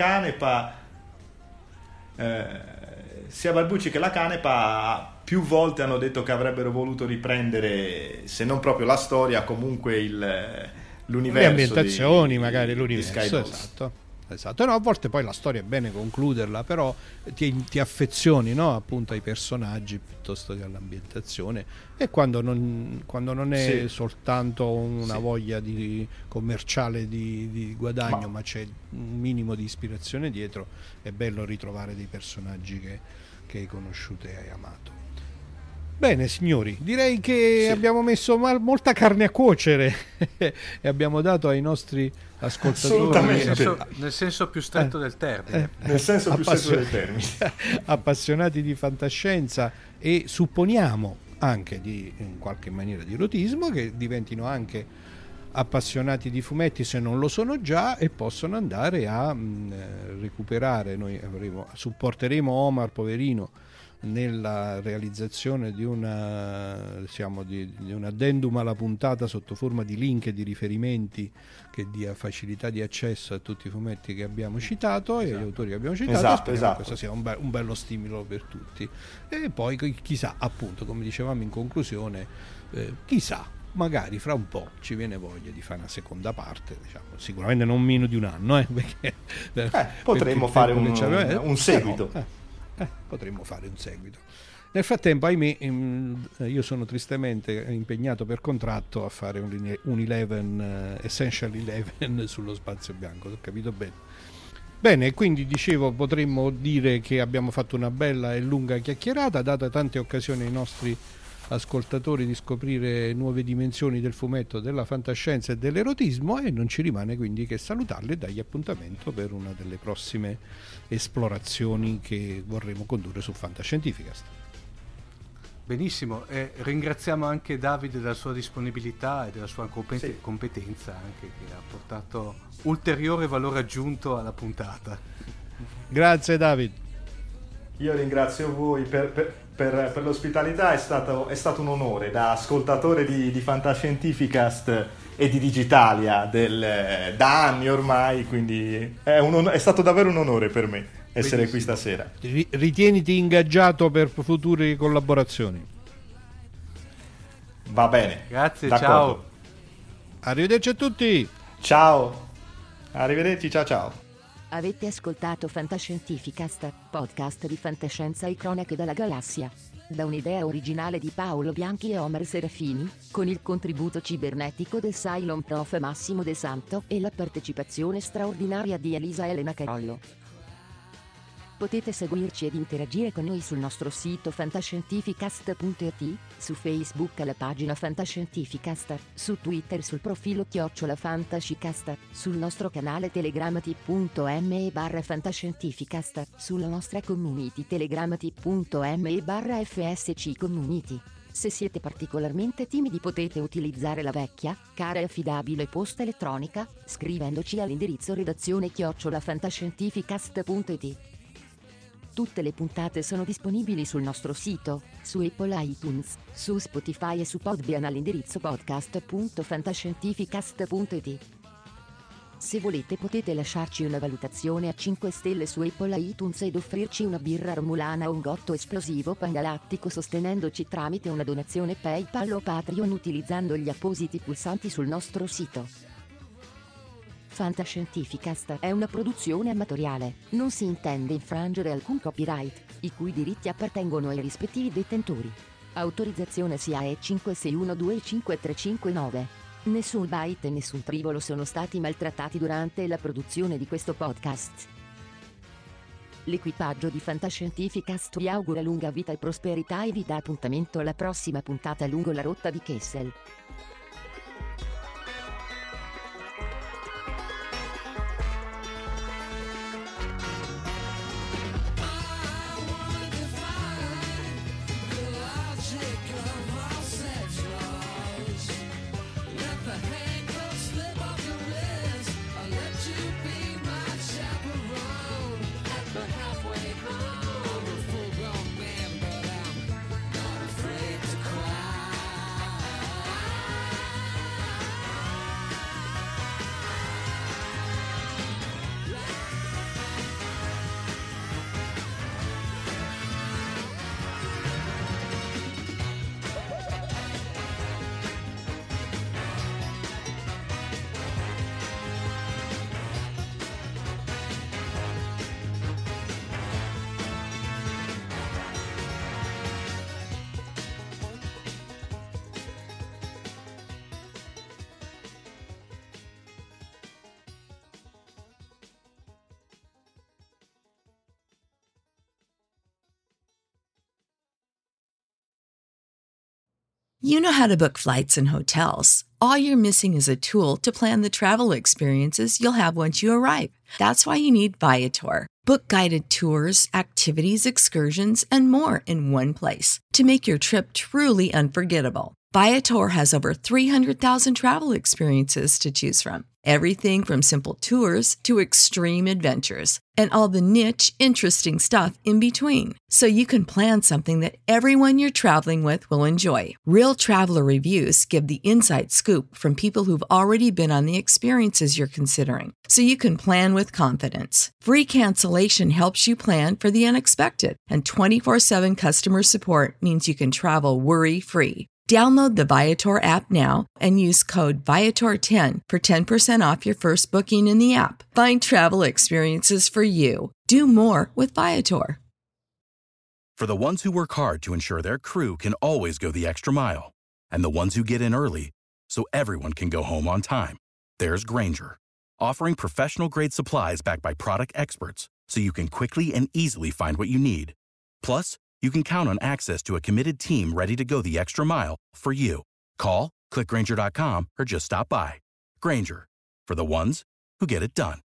Canepa più volte hanno detto che avrebbero voluto riprendere, se non proprio la storia, comunque l'universo, le ambientazioni, magari l'universo, di esatto. No, a volte poi la storia è bene concluderla, però ti affezioni, no, appunto ai personaggi piuttosto che all'ambientazione, e quando non è soltanto una voglia commerciale di guadagno, ma c'è un minimo di ispirazione dietro, è bello ritrovare dei personaggi che hai conosciuto e hai amato. Bene signori, direi che abbiamo messo molta carne a cuocere e abbiamo dato ai nostri ascoltatori, nel senso più stretto del termine, appassionati di fantascienza, e supponiamo anche in qualche maniera di erotismo, che diventino anche appassionati di fumetti se non lo sono già, e possono andare a recuperare. Noi supporteremo Omar, poverino, nella realizzazione di un addendum alla puntata sotto forma di link e di riferimenti che dia facilità di accesso a tutti i fumetti che abbiamo citato e agli autori che abbiamo citato. Esatto. Questo sia un bello stimolo per tutti, e poi chissà, appunto, come dicevamo in conclusione, chissà, magari fra un po' ci viene voglia di fare una seconda parte, diciamo, sicuramente non meno di un anno, perché potremmo fare un seguito. Potremmo fare un seguito. Nel frattempo, ahimè, io sono tristemente impegnato per contratto a fare un Essential 11 sullo spazio bianco, ho capito bene, quindi dicevo, potremmo dire che abbiamo fatto una bella e lunga chiacchierata, data tante occasioni ai nostri ascoltatori di scoprire nuove dimensioni del fumetto, della fantascienza e dell'erotismo, e non ci rimane quindi che salutarli e dargli appuntamento per una delle prossime esplorazioni che vorremo condurre su Fantascientificast. Benissimo, e ringraziamo anche Davide della sua disponibilità e della sua competenza, anche, che ha portato ulteriore valore aggiunto alla puntata. Grazie David. Io ringrazio voi per l'ospitalità, è stato un onore, da ascoltatore di Fantascientificast e di Digitalia da anni ormai, quindi è stato davvero un onore per me essere qui stasera. Ritieniti ingaggiato per future collaborazioni. Va bene, grazie, d'accordo. Ciao, arrivederci a tutti, ciao, arrivederci, ciao. Avete ascoltato Fantascientificast, podcast di fantascienza e cronache dalla galassia. Da un'idea originale di Paolo Bianchi e Omar Serafini, con il contributo cibernetico del Cylon Prof Massimo De Santo e la partecipazione straordinaria di Elisa Elena Carollo. Potete seguirci ed interagire con noi sul nostro sito fantascientificast.it, su Facebook alla pagina Fantascientificast, su Twitter sul profilo @fantascicast, sul nostro canale Telegram t.me/fantascientificast, sulla nostra community Telegram t.me/FSC Community. Se siete particolarmente timidi potete utilizzare la vecchia, cara e affidabile posta elettronica, scrivendoci all'indirizzo redazione@fantascientificast.it. Tutte le puntate sono disponibili sul nostro sito, su Apple iTunes, su Spotify e su Podbean all'indirizzo podcast.fantascientificast.it. Se volete potete lasciarci una valutazione a 5 stelle su Apple iTunes ed offrirci una birra romulana o un gotto esplosivo pangalattico sostenendoci tramite una donazione PayPal o Patreon utilizzando gli appositi pulsanti sul nostro sito. Fantascientificast è una produzione amatoriale, non si intende infrangere alcun copyright, i cui diritti appartengono ai rispettivi detentori. Autorizzazione SIAE 56125359. Nessun byte e nessun tribolo sono stati maltrattati durante la produzione di questo podcast. L'equipaggio di Fantascientificast vi augura lunga vita e prosperità e vi dà appuntamento alla prossima puntata lungo la rotta di Kessel. Slip You know how to book flights and hotels. All you're missing is a tool to plan the travel experiences you'll have once you arrive. That's why you need Viator. Book guided tours, activities, excursions, and more in one place to make your trip truly unforgettable. Viator has over 300,000 travel experiences to choose from. Everything from simple tours to extreme adventures and all the niche, interesting stuff in between. So you can plan something that everyone you're traveling with will enjoy. Real traveler reviews give the inside scoop from people who've already been on the experiences you're considering. So you can plan with confidence. Free cancellation helps you plan for the unexpected. And 24/7 customer support means you can travel worry-free. Download the Viator app now and use code Viator10 for 10% off your first booking in the app. Find travel experiences for you. Do more with Viator. For the ones who work hard to ensure their crew can always go the extra mile, and the ones who get in early so everyone can go home on time, there's Grainger, offering professional-grade supplies backed by product experts so you can quickly and easily find what you need. Plus, you can count on access to a committed team ready to go the extra mile for you. Call, click Grainger.com, or just stop by. Grainger, for the ones who get it done.